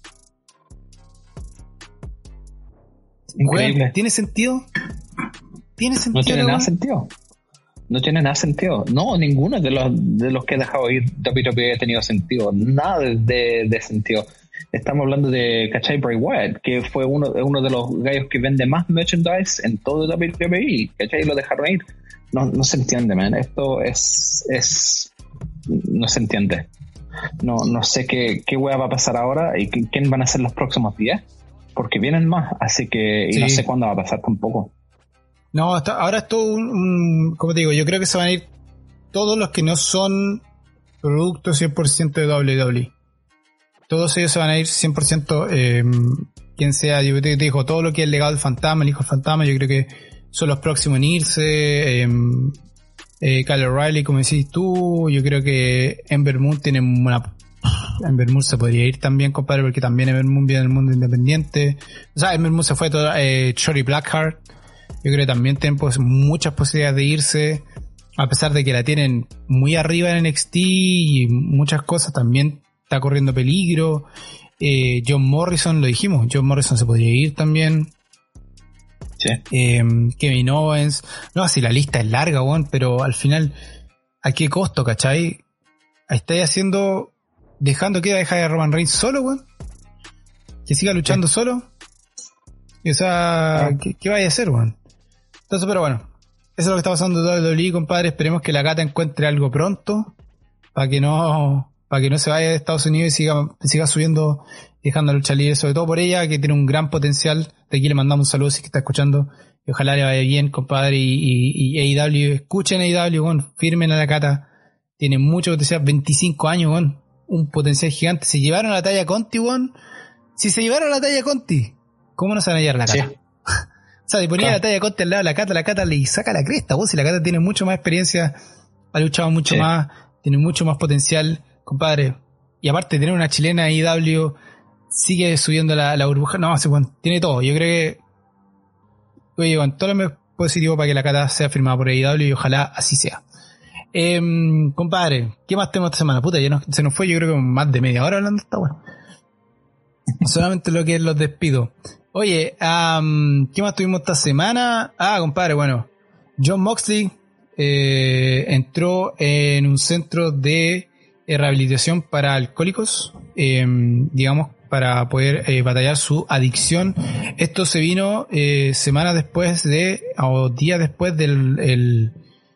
Increíble. Weón, ¿tiene sentido? ¿Tiene sentido? No tiene nada weón? sentido. No tiene nada sentido. No, ninguno de los de los que he dejado ir doble u doble u E ha tenido sentido. Nada de, de sentido. Estamos hablando de, ¿cachai? Bray Wyatt, que fue uno, uno de los gallos que vende más merchandise en todo doble u doble u E, ¿cachai? Lo dejaron ir. No, no se entiende, man. Esto es, es, no se entiende. No, no sé qué, qué wea va a pasar ahora y qué, quién van a ser los próximos días, porque vienen más, así que, y sí. No sé cuándo va a pasar tampoco. No, hasta ahora es todo un, un, como te digo, yo creo que se van a ir todos los que no son productos cien por ciento de doble u doble u E. Todos ellos se van a ir cien por ciento, eh, quien sea, yo te digo, todo lo que es el legado del fantasma, el hijo del fantasma, yo creo que son los próximos en irse. Eh, eh, Kyle O'Reilly, como decís tú, yo creo que Ember Moon tiene una... Ember Moon se podría ir también, compadre, porque también Ember Moon viene del mundo independiente. O sea, Ember Moon se fue todo, eh, Shorty Blackheart. Yo creo que también tienen pues, muchas posibilidades de irse, a pesar de que la tienen muy arriba en N X T y muchas cosas, también está corriendo peligro. Eh, John Morrison, lo dijimos, John Morrison se podría ir también. Sí. Eh, Kevin Owens. No, si la lista es larga, weón, pero al final, ¿a qué costo, cachai? Estáis haciendo, dejando que dejar a Roman Reigns solo, weón. Que siga luchando sí. solo. Y, o sea, ah. ¿qué, ¿qué vaya a hacer, weón? Entonces, pero bueno, eso es lo que está pasando en doble u doble u E, compadre. Esperemos que la gata encuentre algo pronto para que no para que no se vaya de Estados Unidos y siga, siga subiendo y dejando la lucha libre, sobre todo por ella, que tiene un gran potencial. De aquí le mandamos un saludo si que está escuchando y ojalá le vaya bien, compadre. Y, y, y A E W, escuchen A E W, bueno, firmen a la gata, tiene mucho potencial, veinticinco años, bueno, un potencial gigante. Se llevaron a la talla Conti, bueno. Si se llevaron a la talla Conti, ¿cómo no se van a llevar la gata? Sí. O sea, de poner claro. la talla Conti al lado de la Cata, la Cata le saca la cresta, vos, si la Cata tiene mucho más experiencia, ha luchado mucho sí. más, tiene mucho más potencial, compadre. Y aparte de tener una chilena A E W, sigue subiendo la, la burbuja. No, sí, bueno, tiene todo. Yo creo que, oye, con todo lo positivo para que la Cata sea firmada por A E W y ojalá así sea. Eh, compadre, ¿qué más tenemos esta semana? Puta, ya no, se nos fue, yo creo que más de media hora hablando de esta bueno. Solamente lo que es los despidos. Oye, um, ¿qué más tuvimos esta semana? Ah, compadre, bueno, Jon Moxley eh, entró en un centro de eh, rehabilitación para alcohólicos, eh, digamos, para poder eh, batallar su adicción. Esto se vino eh, semanas después de, o días después del el,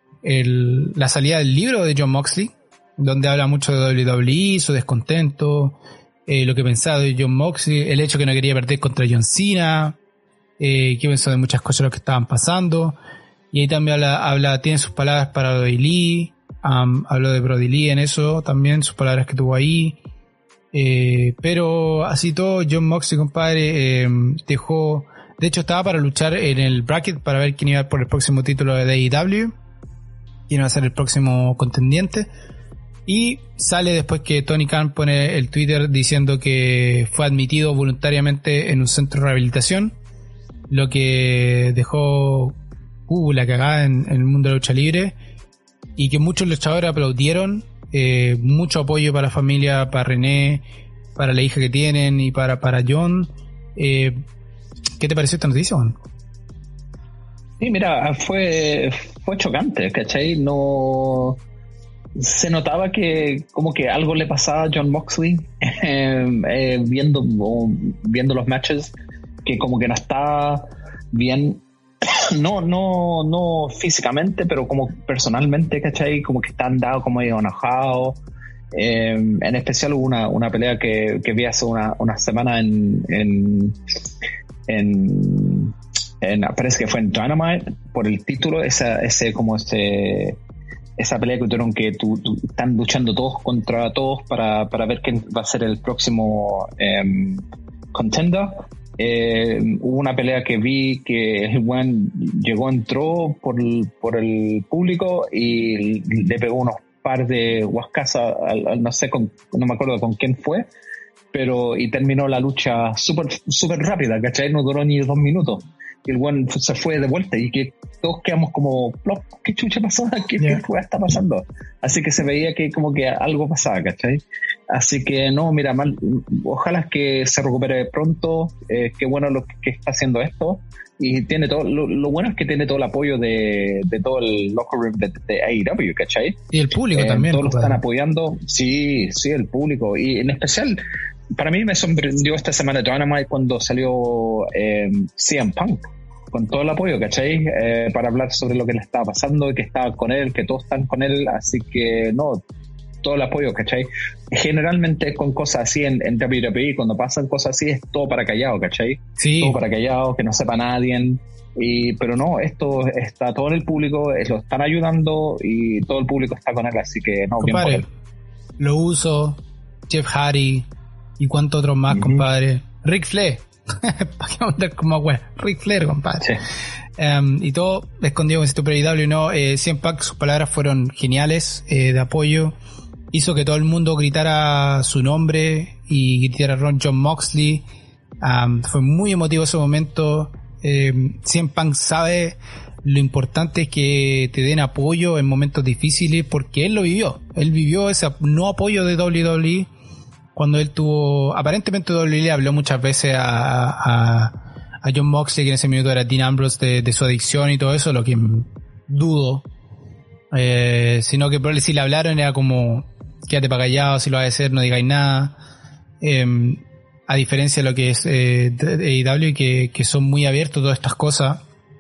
el, la salida del libro de Jon Moxley, donde habla mucho de doble u doble u E, su descontento, Eh, lo que pensaba de Jon Moxley, el hecho que no quería perder contra John Cena, eh, que pensó de muchas cosas lo que estaban pasando, y ahí también habla, habla tiene sus palabras para Brody Lee, um, habló de Brody Lee en eso también, sus palabras que tuvo ahí, eh, pero así todo, Jon Moxley, compadre, eh, dejó, de hecho estaba para luchar en el bracket para ver quién iba por el próximo título de A E W, quién iba a ser el próximo contendiente. Y sale después que Tony Khan pone el Twitter diciendo que fue admitido voluntariamente en un centro de rehabilitación, lo que dejó uh, la cagada en, en el mundo de la lucha libre, y que muchos luchadores aplaudieron, eh, mucho apoyo para la familia, para René, para la hija que tienen y para, para John. Eh, ¿Qué te pareció esta noticia, Juan? Sí, mira, fue, fue chocante, ¿cachai? No... Se notaba que como que algo le pasaba a Jon Moxley eh, eh, viendo viendo los matches, que como que no está bien, no no no físicamente, pero como personalmente, ¿cachai? Como que está andado como medio enojado. Eh, en especial hubo una, una pelea que, que vi hace una, una semana en en, en en parece que fue en Dynamite por el título, esa, ese como ese esa pelea que tuvieron que tu, tu, están luchando todos contra todos para, para ver quién va a ser el próximo eh, contender. Eh, hubo una pelea que vi que el buen llegó, entró por el, por el público y le pegó unos par de huascazas, al, al, no sé, con, no me acuerdo con quién fue, pero y terminó la lucha súper súper rápida, ¿cachai? No duró ni dos minutos. Y el buen se fue de vuelta y que todos quedamos como, ¿qué chucha pasó? ¿Qué, yeah. ¿Qué está pasando? Así que se veía que como que algo pasaba, ¿cachai? Así que no, mira, mal, ojalá que se recupere pronto, eh, qué bueno lo que está haciendo esto. Y tiene todo, lo, lo bueno es que tiene todo el apoyo de, de todo el locker room de, de A E W, ¿cachai? Y el público eh, también. Todos lo están apoyando, sí, sí, el público. Y en especial, para mí me sorprendió esta semana Dynamite cuando salió eh, C M Punk, con todo el apoyo, ¿cachai? Eh, para hablar sobre lo que le estaba pasando, que estaba con él, que todos están con él, así que no, todo el apoyo, ¿cachai? Generalmente con cosas así en, en W W E, cuando pasan cosas así, es todo para callado, ¿cachai? Sí. Todo para callado, que no sepa nadie. Y, pero no, esto está todo en el público, lo están ayudando y todo el público está con él, así que no, compadre, bien por él. Lo uso, Jeff Hardy y cuántos otros más, uh-huh. compadre. Ric Flair. ¿Para qué andar como güey? Ric Flair, compadre. Sí. Um, y todo escondido con esto, pero I W no. Eh, C M Punk, sus palabras fueron geniales, eh, de apoyo. Hizo que todo el mundo gritara su nombre y gritara Ron John Moxley. Um, fue muy emotivo ese momento. Eh, C M Punk sabe lo importante es que te den apoyo en momentos difíciles porque él lo vivió. Él vivió ese no apoyo de W W E cuando él tuvo... Aparentemente W W E habló muchas veces a, a, a John Moxley, que en ese minuto era Dean Ambrose, de, de su adicción y todo eso, lo que dudo. Eh, sino que probablemente si le hablaron era como... Quédate para callado, si lo vas a hacer no digáis nada. Eh, a diferencia de lo que es eh, A E W, que, que son muy abiertos a todas estas cosas.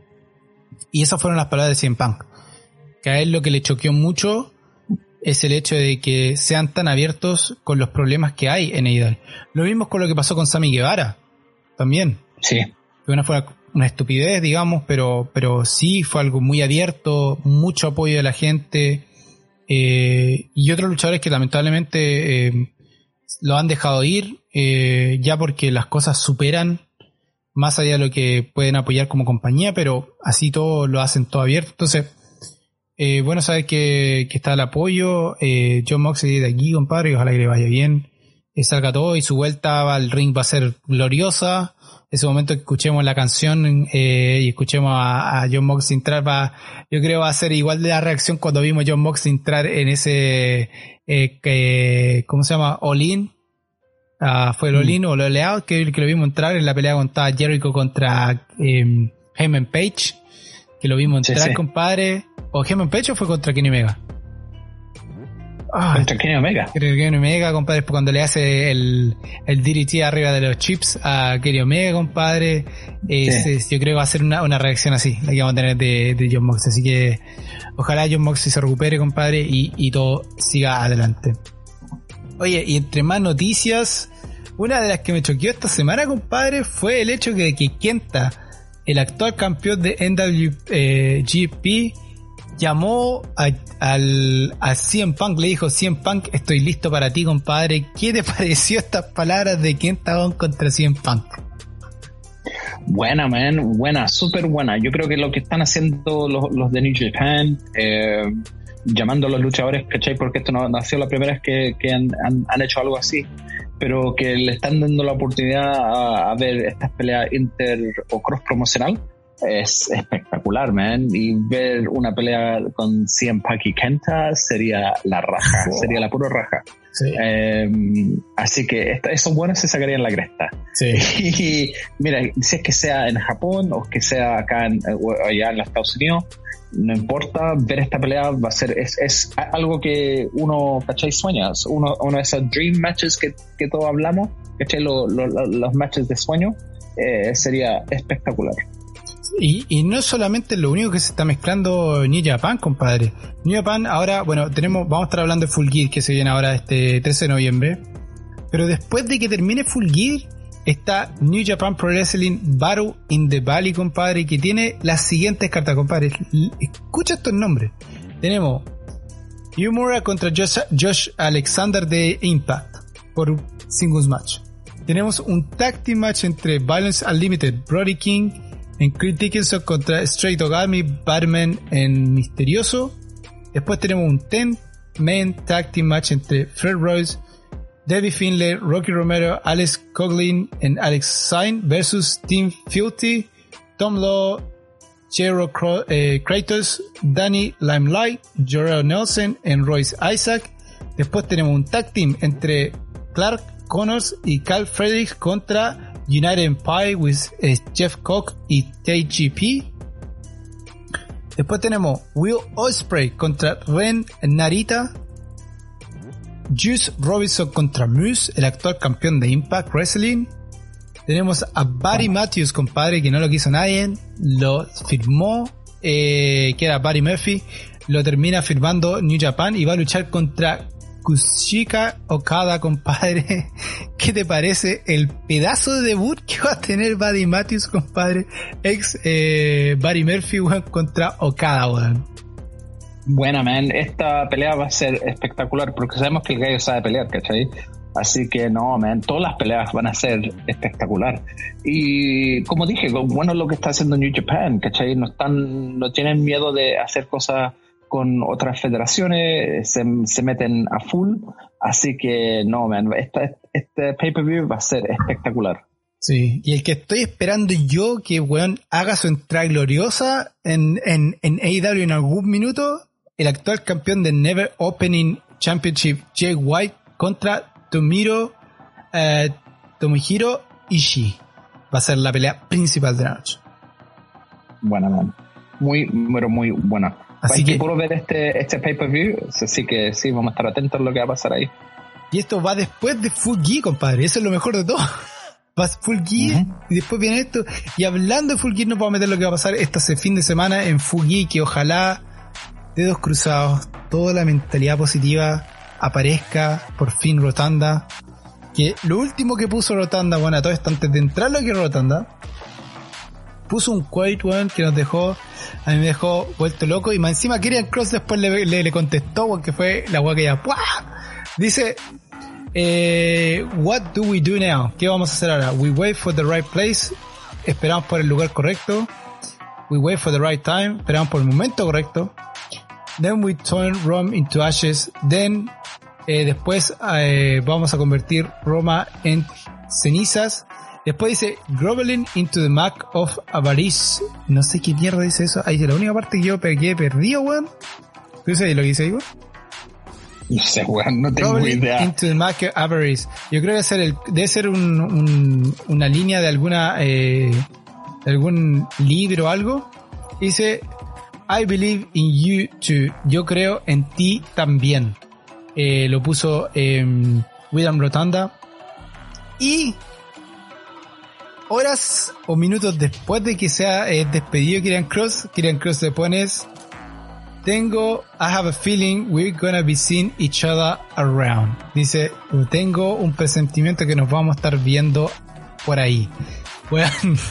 Y esas fueron las palabras de C M Punk. Que a él lo que le choqueó mucho es el hecho de que sean tan abiertos con los problemas que hay en A E W. Lo mismo con lo que pasó con Sammy Guevara. También. Sí. Que una fue una estupidez, digamos, pero, pero sí fue algo muy abierto, mucho apoyo de la gente. Eh, y otros luchadores que lamentablemente eh, lo han dejado ir eh, ya porque las cosas superan más allá de lo que pueden apoyar como compañía, pero así todo lo hacen todo abierto. Entonces eh, bueno saber que, que está el apoyo. eh, John Moxley de aquí, compadre, y ojalá que le vaya bien, eh, salga todo y su vuelta al ring va a ser gloriosa. Ese momento que escuchemos la canción eh, y escuchemos a, a John Moxley entrar, va, yo creo va a ser igual de la reacción cuando vimos a John Moxley entrar en ese eh, que, ¿cómo se llama? All In. Uh, fue el All In mm. o el All Out, que, que lo vimos entrar en la pelea contra Jericho contra eh, Heyman Page, que lo vimos entrar, sí, sí. compadre. ¿O Heyman Page o fue contra Kenny Omega? Ah, contra Kenny Omega. Kenny Omega, compadre, cuando le hace el, el D D T arriba de los chips a Kenny Omega, compadre. Es, sí. es, yo creo que va a ser una, una reacción así, la que vamos a tener de, de John Moxley. Así que ojalá John Moxley se recupere, compadre, y, y todo siga adelante. Oye, y entre más noticias, una de las que me choqueó esta semana, compadre, fue el hecho de que Kenta, el actual campeón de N W G P, llamó a, al, a C M Punk, le dijo: C M Punk, estoy listo para ti, compadre. ¿Qué te pareció estas palabras de Kenta contra C M Punk? Buena, man, buena, súper buena. Yo creo que lo que están haciendo los, los de New Japan, eh, llamando a los luchadores, ¿cachai? Porque esto no, no ha sido la primera vez que, que han, han, han hecho algo así, pero que le están dando la oportunidad a, a ver estas peleas inter o cross promocional. Es espectacular, man. Y ver una pelea con C M Punk y Kenta sería la raja, oh. sería la pura raja. Sí. Eh, así que esta, esos buenos se sacarían la cresta. Sí. Y mira, si es que sea en Japón o que sea acá en, o allá en los Estados Unidos, no importa, ver esta pelea va a ser, es, es algo que uno, ¿cachai? Sueña, uno, uno de esos dream matches que, que todos hablamos, ¿cachai? Lo, lo, lo, los matches de sueño, eh, sería espectacular. Y, y no solamente lo único que se está mezclando New Japan, compadre. New Japan ahora, bueno, tenemos, vamos a estar hablando de Full Gear, que se viene ahora este trece de noviembre. Pero después de que termine Full Gear, está New Japan Pro Wrestling Battle in the Valley, compadre, que tiene las siguientes cartas, compadre. Escucha estos nombres. Tenemos Yumura contra Josh, Josh Alexander de Impact por singles match. Tenemos un tag team match entre Violence Unlimited, Brody King en Creed Dickinson contra Straight Ogami, Batman en Misterioso. Después tenemos un ten man tag team match entre Fred Royce, Debbie Finlay, Rocky Romero, Alex Coughlin en Alex Sign versus Team Filthy, Tom Law, Jero eh, Kratos, Danny Limelight, Jorel Nelson en Royce Isaac. Después tenemos un tag team entre Clark Connors y Carl Fredericks contra United Empire with eh, Jeff Cock y T G P. Después tenemos Will Ospreay contra Ren Narita, Juice Robinson contra Moose, el actual campeón de Impact Wrestling. Tenemos a Buddy Matthews, compadre, que no lo quiso nadie, lo firmó, eh, que era Buddy Murphy, lo termina firmando New Japan y va a luchar contra Kushika Okada, compadre. ¿Qué te parece el pedazo de debut que va a tener Buddy Matthews, compadre? Ex eh, Buddy Murphy, weón, contra Okada, weón. Buena, man. Esta pelea va a ser espectacular porque sabemos que el gallo sabe pelear, ¿cachai? Así que no, man, todas las peleas van a ser espectacular. Y como dije, bueno lo que está haciendo New Japan, ¿cachai? No están, no tienen miedo de hacer cosas con otras federaciones, se, se meten a full. Así que no, man, esta, este pay-per-view va a ser espectacular. Sí, y el que estoy esperando yo que, weón, haga su entrada gloriosa en, en, en A E W en algún minuto, el actual campeón de Never Opening Championship, Jay White, contra Tomohiro, eh, Tomohiro Ishii. Va a ser la pelea principal de la noche. Buena, man. Muy, pero muy buena. Así Hay que, que puro ver este, este pay-per-view, así que sí, vamos a estar atentos a lo que va a pasar ahí. Y esto va después de Full Gear, compadre. Eso es lo mejor de todo. Va Full Gear, uh-huh. Y después viene esto. Y hablando de Full Gear, nos vamos a meter lo que va a pasar este fin de semana en Full Gear, que ojalá, dedos cruzados, toda la mentalidad positiva aparezca por fin Rotanda. Que lo último que puso Rotanda, bueno, a todo esto, antes de entrar lo que Rotanda, puso un quote, bueno, que nos dejó, a mí me dejó vuelto loco. Y más encima Karrion Kross después le, le, le contestó, porque fue la guay que ya ¡puah! Dice, eh, what do we do now? ¿Qué vamos a hacer ahora? We wait for the right place, esperamos por el lugar correcto. We wait for the right time, esperamos por el momento correcto. Then we turn Rome into ashes. Then, eh, después eh, vamos a convertir Roma en cenizas. Después dice, groveling into the muck of avarice. No sé qué mierda dice eso. Ahí es la única parte que yo pegué perdido, weón. ¿Tú sabes lo que dice ahí, weón? No sé, weón, no tengo groveling idea. Into the muck of avarice. Yo creo que ser el, debe ser un, un, una línea de alguna, eh, de algún libro o algo. Dice, I believe in you too. Yo creo en ti también. Eh, lo puso eh, William Rotunda. Y horas o minutos después de que sea eh, despedido Karrion Kross, Karrion Kross le pones, tengo, I have a feeling we're gonna be seeing each other around. Dice, tengo un presentimiento que nos vamos a estar viendo por ahí. Bueno,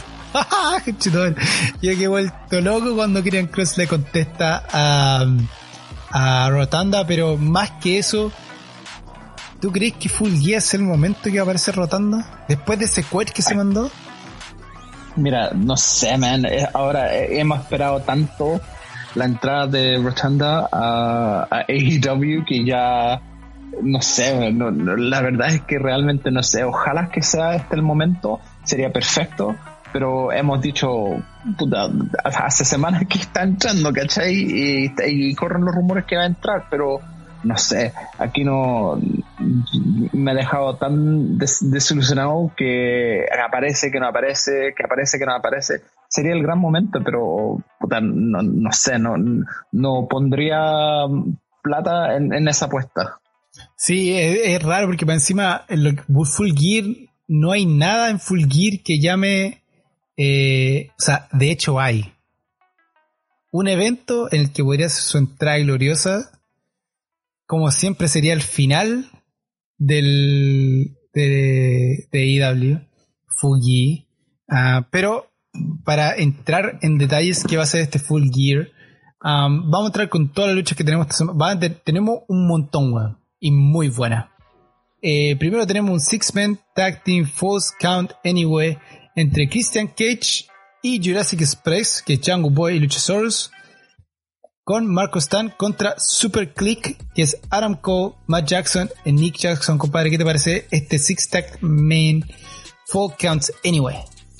yo que he vuelto loco cuando Karrion Kross le contesta a, a Rotunda, pero más que eso, ¿tú crees que Full Gear es el momento que va a aparecer Rotunda? Después de ese quote que se mandó. Mira, no sé, man. Ahora hemos esperado tanto la entrada de Rotunda a, a A E W que ya no sé, no, no, la verdad es que realmente no sé. Ojalá que sea este el momento, sería perfecto. Pero hemos dicho, puta, hace semanas que está entrando, ¿cachai? Y, y corren los rumores que va a entrar, pero no sé, aquí no me ha dejado tan des, desilusionado que aparece, que no aparece, que aparece, que no aparece. Sería el gran momento, pero puta, no, no sé, no, no pondría plata en, en esa apuesta. Sí, es, es raro porque para encima en lo, Full Gear no hay nada en Full Gear que llame, eh, o sea, de hecho hay un evento en el que podría ser su entrada gloriosa. Como siempre sería el final del de, de E W, Full Gear. Uh, pero para entrar en detalles qué va a ser este Full Gear, um, vamos a entrar con todas las luchas que tenemos esta semana. Va a tener, tenemos un montón, weón, y muy buenas. Eh, primero tenemos un Six-Man Tag Team Falls Count Anyway entre Christian Cage y Jurassic Express, que es Jungle Boy y Luchasaurus, con Marco Stunt contra Super Click, que es Adam Cole, Matt Jackson y Nick Jackson. Compadre, ¿qué te parece este Six Tag Main Fall Counts Anyway?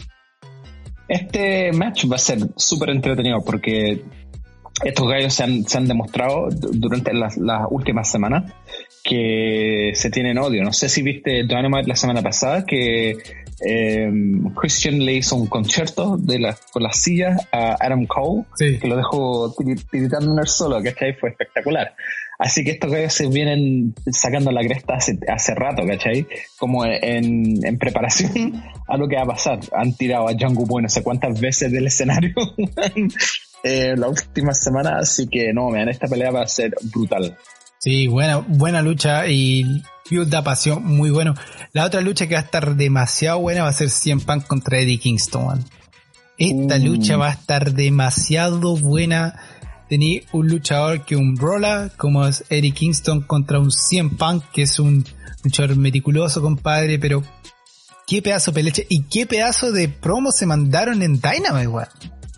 Este match va a ser súper entretenido porque estos gallos se han, se han demostrado durante las, las últimas semanas que se tienen odio. No sé si viste Dynamite la semana pasada, que eh, Christian le hizo un concierto de la, con las sillas a Adam Cole, sí, que lo dejó tiritando en el solo, ¿cachai? Fue espectacular. Así que estos gallos se vienen sacando la cresta hace, hace rato, ¿cachai? Como en, en preparación a lo que va a pasar. Han tirado a Jungle Boy no sé cuántas veces del escenario eh, la última semana, así que no, man, esta pelea va a ser brutal. Sí, buena, buena lucha y build da pasión, muy bueno. La otra lucha que va a estar demasiado buena va a ser C M Punk contra Eddie Kingston. Esta uh. lucha va a estar demasiado buena. Tenía un luchador que un brawler como es Eddie Kingston contra un C M Punk, que es un luchador meticuloso, compadre, pero qué pedazo de peleche y qué pedazo de promo se mandaron en Dynamite, weón.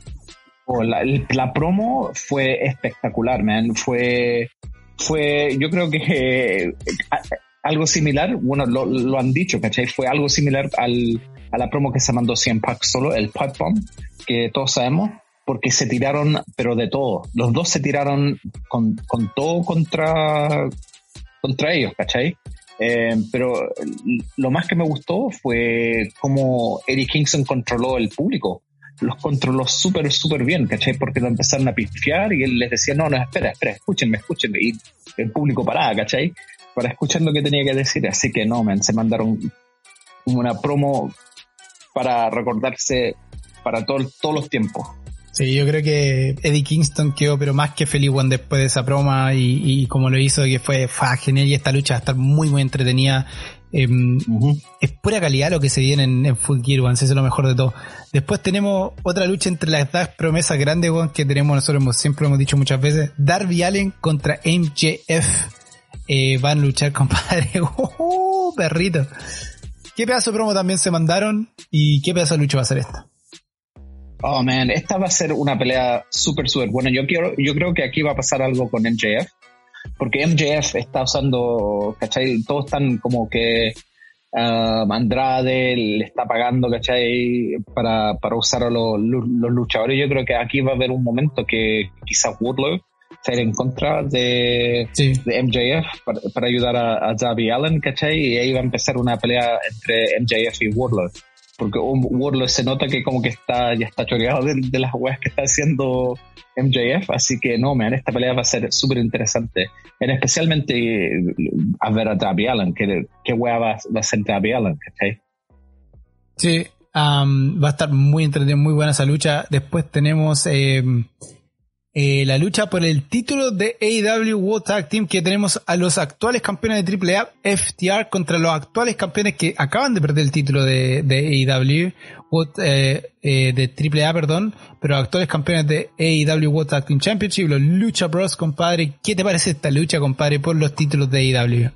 Oh, la, la promo fue espectacular, man. Fue, fue, yo creo que eh, algo similar, bueno, lo, lo han dicho, ¿cachai? Fue algo similar al, a la promo que se mandó C M Punk solo, el Pipe Bomb, que todos sabemos, porque se tiraron, pero de todo. Los dos se tiraron con, con todo contra, contra ellos, ¿cachai? Eh, pero lo más que me gustó fue cómo Eddie Kingston controló el público. Los controló súper, súper bien, ¿cachai? Porque lo empezaron a pifiar y él les decía, no, no, espera, espera, escúchenme, escúchenme. Y el público paraba, ¿cachai? Para escuchar lo que tenía que decir. Así que no, man, se mandaron una promo para recordarse para todo, todos los tiempos. Sí, yo creo que Eddie Kingston quedó pero más que feliz Juan después de esa broma y, y como lo hizo, que fue, fue genial, y esta lucha va a estar muy muy entretenida. Eh, uh-huh. Es pura calidad lo que se viene en, en Full Gear, Juan, eso es lo mejor de todo. Después tenemos otra lucha entre las dos promesas grandes, Juan, que tenemos nosotros, hemos, siempre lo hemos dicho muchas veces. Darby Allin contra M J F. Eh, van a luchar, compadre. ¡Oh, perrito! ¿Qué pedazo de promo también se mandaron? ¿Y qué pedazo de lucha va a ser esta? Oh, man, esta va a ser una pelea súper, súper buena. Yo quiero, yo creo que aquí va a pasar algo con M J F, porque M J F está usando, ¿cachai? Todos están como que uh, Andrade le está pagando, ¿cachai? Para, para usar a los, los luchadores. Yo creo que aquí va a haber un momento que quizás Wardlow se irá en contra de, sí. de M J F para, para ayudar a, a Darby Allin, ¿cachai? Y ahí va a empezar una pelea entre M J F y Wardlow. Porque Wardlow se nota que como que está ya está choreado de, de las weas que está haciendo M J F, así que no, man, esta pelea va a ser súper interesante, en especialmente a ver a Darby Allin, que, que wea va, va a ser Darby Allin, ¿cachai? Sí, um, va a estar muy entretenida, muy buena esa lucha. Después tenemos eh, eh, la lucha por el título de A E W World Tag Team, que tenemos a los actuales campeones de Triple A, F T R, contra los actuales campeones que acaban de perder el título de, de A E W World, eh, eh, de Triple A, perdón, pero actuales campeones de A E W World Tag Team Championship, los Lucha Bros, compadre. ¿Qué te parece esta lucha, compadre, por los títulos de A E W?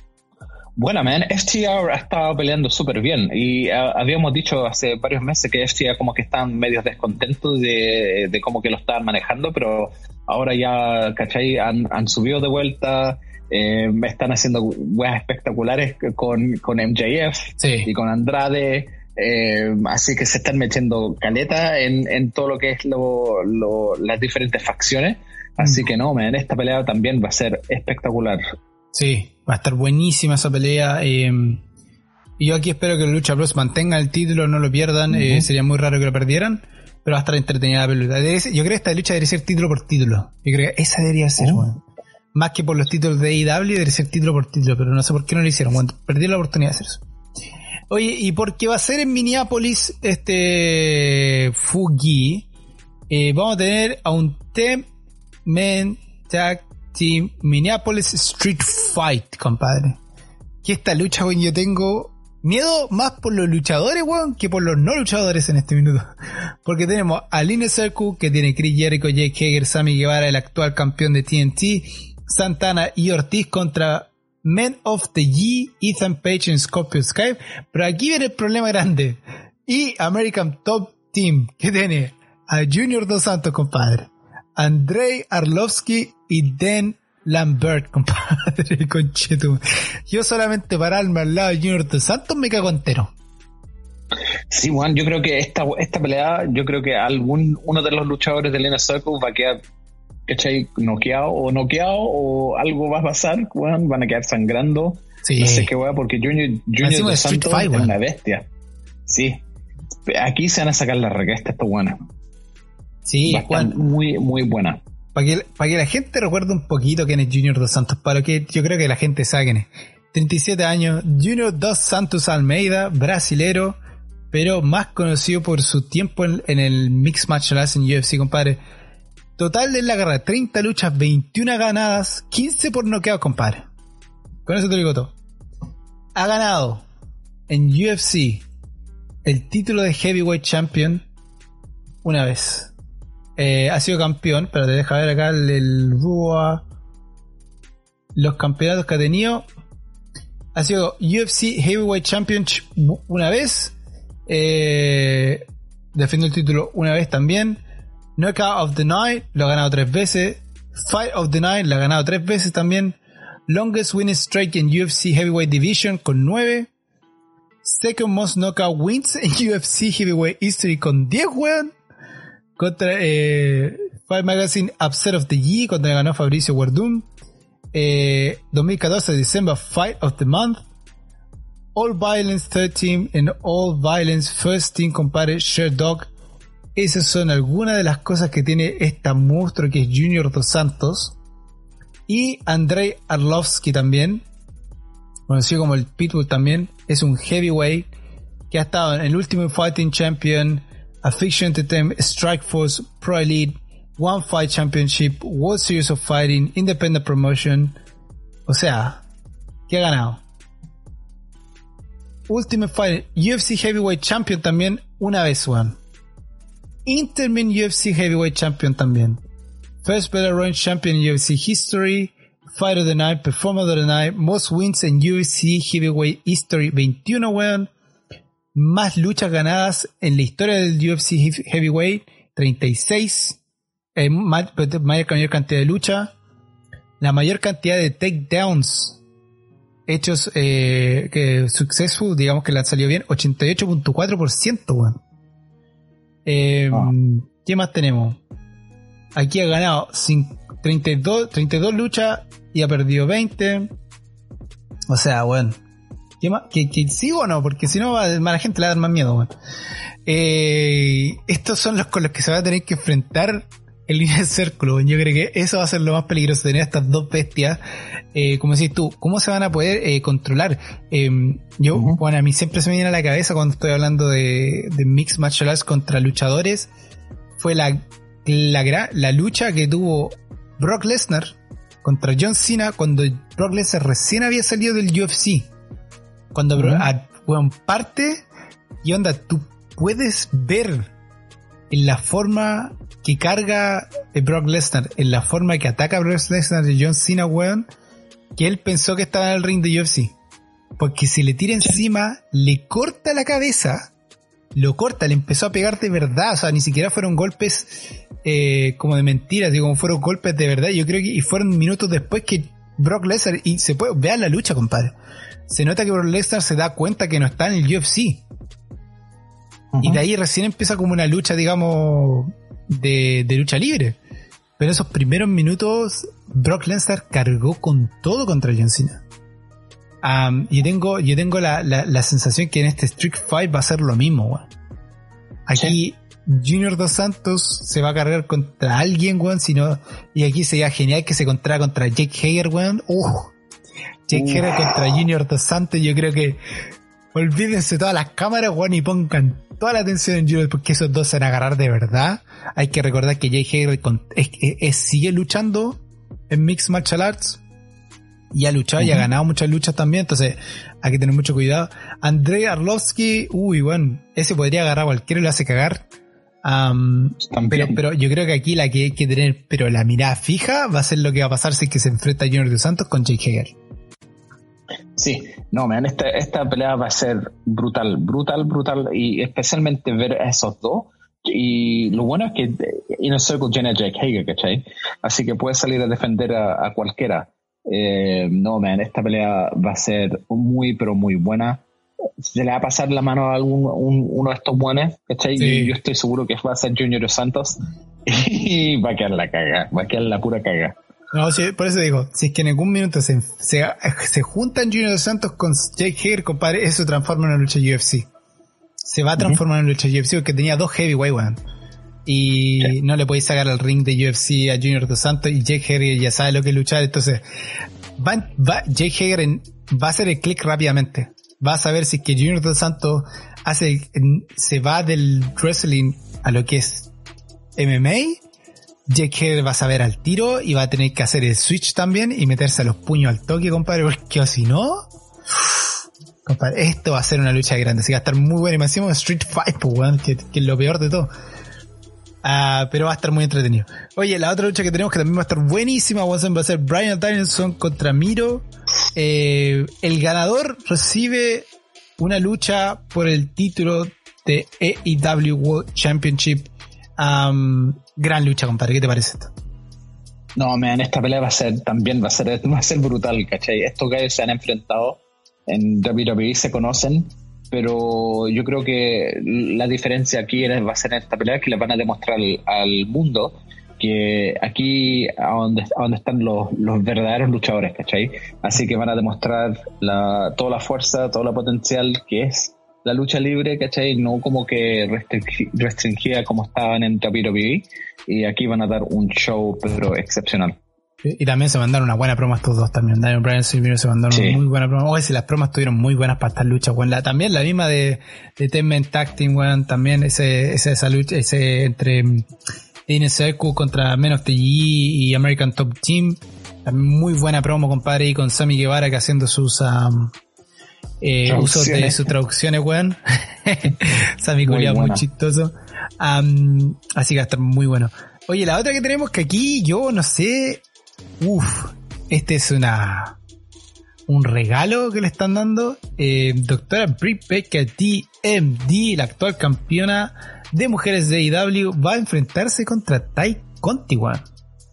Bueno, man, F T R ha estado peleando súper bien y uh, habíamos dicho hace varios meses que F T R como que están medio descontentos de, de cómo que lo estaban manejando, pero ahora ya, ¿cachai? Han, han subido de vuelta, eh, están haciendo weas espectaculares con, con M J F, sí, y con Andrade, eh, así que se están metiendo caleta en, en todo lo que es lo, lo, las diferentes facciones, así mm. que no, man, esta pelea también va a ser espectacular. Sí, va a estar buenísima esa pelea. Eh, y yo aquí espero que los Lucha Bros mantengan el título, no lo pierdan. Uh-huh. Eh, sería muy raro que lo perdieran, pero va a estar entretenida la pelea. Yo creo que esta lucha debería ser título por título. Yo creo que esa debería ser, uh-huh. bueno. Más que por los títulos de A E W, debería ser título por título, pero no sé por qué no lo hicieron. Bueno, perdieron la oportunidad de hacer eso. Oye, y porque va a ser en Minneapolis este Fugi, eh, vamos a tener a un ten-man tag Team Minneapolis Street Fight, compadre. Que esta lucha, weón, yo tengo miedo más por los luchadores, weón, que por los no luchadores en este minuto. Porque tenemos a Inner Circle, que tiene Chris Jericho, Jake Hager, Sammy Guevara, el actual campeón de T N T, Santana y Ortiz contra Men of the Year, Ethan Page en Scorpio Sky. Pero aquí viene el problema grande. Y American Top Team, que tiene a Junior Dos Santos, compadre, Andrei Arlovsky y Dan Lambert, compadre, conchetum. Yo solamente pararme al lado de Junior Dos Santos me cago entero. Sí, Juan, yo creo que esta, esta pelea, yo creo que algún uno de los luchadores del Inner Circle va a quedar, ¿cachai? Noqueado o noqueado o algo va a pasar, Juan, van a quedar sangrando. Sí. No sé qué va, porque Junior, Junior Dos Santos Fight, es una bestia. Sí. Aquí se van a sacar la requesta estos buenos. Sí, Juan, muy, muy buena. Para que, para que la gente recuerde un poquito quién es Junior Dos Santos, para que yo creo que la gente sabe quién es. treinta y siete años, Junior Dos Santos Almeida, brasilero, pero más conocido por su tiempo en, en el Mixed Martial Arts en U F C, compadre. Total de la carrera, treinta luchas, veintiuna ganadas, quince por noqueado, compadre. Con eso te lo digo todo. Ha ganado en U F C el título de Heavyweight Champion una vez. Eh, ha sido campeón, pero te deja ver acá el, el Rua. Los campeonatos que ha tenido. Ha sido U F C Heavyweight Championship una vez. Eh, defendió el título una vez también. Knockout of the Night lo ha ganado tres veces. Fight of the Night lo ha ganado tres veces también. Longest winning streak en U F C Heavyweight Division con nueve. Second most knockout wins en U F C Heavyweight History con diez, weón. Contra eh, Fight Magazine Upset of the Year, contra ganó Fabricio Werdum. Eh, dos mil catorce December Fight of the Month. All Violence Third Team en All Violence First Team, compadre, Share Dog. Esas son algunas de las cosas que tiene esta monstruo que es Junior Dos Santos. Y Andrei Arlovsky también, conocido como el Pitbull también, es un heavyweight que ha estado en el Ultimate Fighting Champion, Affliction Entertainment, Strikeforce, Pro Elite, One Fight Championship, World Series of Fighting, Independent Promotion. O sea, ¿qué ha ganado? Ultimate Fighting, U F C Heavyweight Champion también una vez, one. Intermin U F C Heavyweight Champion también. First Battle Royale Champion in U F C History, Fight of the Night, Performer of the Night, Most Wins in U F C Heavyweight History, veintiuno, weón. Más luchas ganadas en la historia del U F C Heavyweight, treinta y seis. Eh, mayor, mayor cantidad de lucha. La mayor cantidad de takedowns hechos eh, que successful, digamos que le han salido bien, ochenta y ocho punto cuatro por ciento, weón. Eh, oh. ¿Qué más tenemos? Aquí ha ganado treinta y dos, treinta y dos luchas y ha perdido veinte. O sea, bueno, ¿qué más? ¿Que, que sigo o no? Porque si no, a la gente le va a dar más miedo, bueno. Eh, estos son los con los que se va a tener que enfrentar el Inner Circle. Yo creo que eso va a ser lo más peligroso, tener estas dos bestias. Eh, como decís tú, ¿cómo se van a poder eh, controlar? Eh, yo, uh-huh. Bueno, a mí siempre se me viene a la cabeza cuando estoy hablando de, de Mixed Martial Arts contra luchadores. Fue la La, la lucha que tuvo Brock Lesnar contra John Cena cuando Brock Lesnar recién había salido del U F C. Cuando uh-huh. a, bueno, parte y onda, tú puedes ver en la forma que carga Brock Lesnar, en la forma que ataca a Brock Lesnar de John Cena, weón, que él pensó que estaba en el ring de U F C. Porque si le tira encima, le corta la cabeza, lo corta, le empezó a pegar de verdad, o sea, ni siquiera fueron golpes eh, como de mentiras, digo, fueron golpes de verdad. Yo creo que y fueron minutos después que Brock Lesnar, y se puede, vean la lucha, compadre, se nota que Brock Lesnar se da cuenta que no está en el U F C. Uh-huh. Y de ahí recién empieza como una lucha, digamos, de, de lucha libre. Pero en esos primeros minutos Brock Lesnar cargó con todo contra John Cena. Um, yo tengo, yo tengo la, la, la sensación que en este Street Fight va a ser lo mismo, weón. Aquí sí. Junior Dos Santos se va a cargar contra alguien, weón, sino, y aquí sería genial que se encontrara contra Jake Hager, weón. Uh, Jake uh. Hager contra Junior Dos Santos. Yo creo que olvídense todas las cámaras, weón, y pongan toda la atención en Junior, porque esos dos se van a agarrar de verdad. Hay que recordar que Jake Hager es, es, es, sigue luchando en Mixed Martial Arts. Y ha luchado uh-huh. y ha ganado muchas luchas también, entonces hay que tener mucho cuidado. Andrei Arlovsky, uy, bueno, ese podría agarrar a cualquiera y lo hace cagar. Um, pero, pero yo creo que aquí la que hay que tener, pero la mirada fija va a ser lo que va a pasar si es que se enfrenta a Junior Dos Santos con Jake Hager. Sí, no, man, esta, esta pelea va a ser brutal, brutal, brutal, y especialmente ver a esos dos. Y lo bueno es que Inner Circle tiene a Jake Hager, ¿cachai? Así que puede salir a defender a, a cualquiera. Eh, no, man, esta pelea va a ser muy, pero muy buena. Se le va a pasar la mano a algún, un, uno de estos buenos, ¿cachai? Sí. Y yo estoy seguro que va a ser Junior Dos Santos y va a quedar la caga, va a quedar la pura caga. No, sí, por eso digo, si es que en algún minuto se, se, se juntan Junior Dos Santos con Jake Hager, compadre, eso transforma en una lucha U F C. Se va a transformar uh-huh. en una lucha U F C porque tenía dos heavyweight, weón. Y sí. no le podéis sacar al ring de U F C a Junior Dos Santos, y Jake Hager ya sabe lo que es luchar, entonces va, va, Jake Hager en, va a hacer el click rápidamente. Va a saber si es que Junior Dos Santos hace, se va del wrestling a lo que es M M A. Jake Hager va a saber al tiro y va a tener que hacer el switch también y meterse a los puños al toque, compadre, porque si no, compadre, esto va a ser una lucha grande, así que va a estar muy buena. Y me decimos Street Fight, pues, weón, que, que es lo peor de todo. Uh, pero va a estar muy entretenido. Oye, la otra lucha que tenemos que también va a estar buenísima, va a ser Bryan Danielson contra Miro. Eh, el ganador recibe una lucha por el título de A E W World Championship. Um, gran lucha, compadre, ¿qué te parece esto? No, man, esta pelea va a ser también va a ser, va a ser brutal, ¿cachai? Estos guys se han enfrentado en W W E, se conocen, pero yo creo que la diferencia aquí va a ser en esta pelea que les van a demostrar al, al mundo que aquí a donde, a donde están los, los verdaderos luchadores, ¿cachai? Así que van a demostrar la, toda la fuerza, todo el potencial que es la lucha libre, ¿cachai? No como que restringi- restringida como estaban en W W E, y aquí van a dar un show pero excepcional. Y también se mandaron una buena promo estos dos también. Daniel Bryan y Miro se mandaron sí. una muy buena promo. Oye, si las promos estuvieron muy buenas para estas luchas, weón. La, también la misma de, de Ten Man Tag Team, weón. También ese, ese, esa lucha, ese entre Inner Circle contra Men of the Year y American Top Team. También muy buena promo, compadre, y con Sammy Guevara que haciendo sus um, eh, usos de sus traducciones, weón. Sammy culiao muy chistoso. Um, así que va a estar muy bueno. Oye, la otra que tenemos que aquí, yo no sé. Uf, este es una un regalo que le están dando. Eh, doctora Britt Baker, D M D, la actual campeona de mujeres de A E W, va a enfrentarse contra Tay Conti, weón.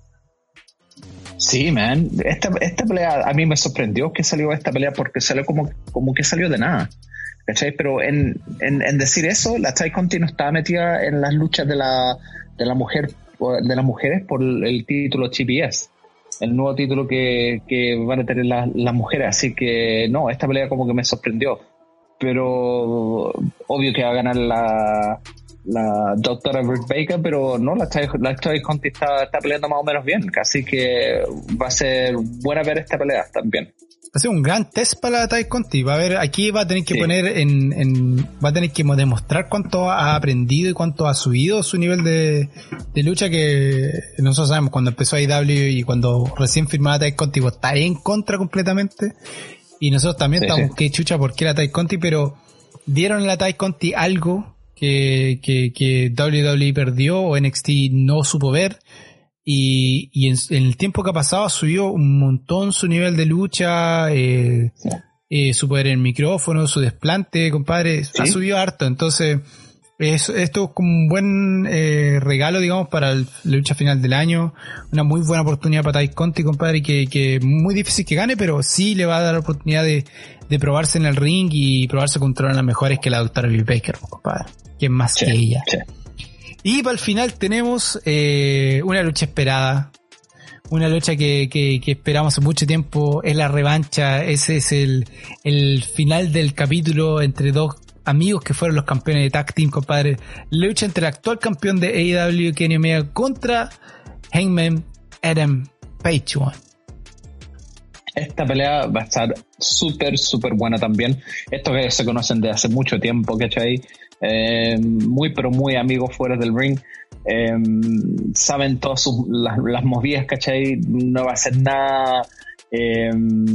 Sí, man. Esta, esta pelea a mí me sorprendió que salió esta pelea porque salió como, como que salió de nada. ¿Cachai? Pero en, en, en decir eso, la Tay Conti no estaba metida en las luchas de la, de la mujer, de las mujeres por el título T B S. El nuevo título que, que van a tener las, las mujeres, así que no, esta pelea como que me sorprendió, pero obvio que va a ganar la, la doctora Britt Baker, pero no, la Tay Conti está, está peleando más o menos bien, así que va a ser buena ver esta pelea también. Va a ser un gran test para la Tay Conti. Va a ver, aquí va a tener que sí. poner en, en, va a tener que demostrar cuánto ha aprendido y cuánto ha subido su nivel de, de lucha, que nosotros sabemos cuando empezó A E W y cuando recién firmaba la Tay Conti, pues está en contra completamente. Y nosotros también sí, estamos, sí. que chucha, ¿por qué la Tay Conti? Pero dieron a la Tay Conti algo que, que, que W W E perdió o N X T no supo ver. Y, y en, en el tiempo que ha pasado subió un montón su nivel de lucha, eh, sí. eh, su poder en el micrófono, su desplante, compadre, ¿sí? ha subido harto. Entonces, es, esto es como un buen eh, regalo, digamos, para el, la lucha final del año. Una muy buena oportunidad para Tay Conti, compadre, que, que muy difícil que gane, pero sí le va a dar la oportunidad de, de probarse en el ring y probarse contra una de las mejores que la doctora Britt Baker, compadre, que es más sí, que ella. Sí. Y para el final tenemos eh, una lucha esperada, una lucha que, que, que esperamos hace mucho tiempo, es la revancha, ese es el, el final del capítulo entre dos amigos que fueron los campeones de Tag Team, compadre. La lucha entre el actual campeón de A E W, Kenny Omega, contra Hangman Adam Page. Esta pelea va a estar súper, súper buena también. Estos que se conocen de hace mucho tiempo, ¿cachai? Eh, muy pero muy amigos fuera del ring, eh, saben todas sus, las, las movidas, ¿cachai? No va a ser nada eh,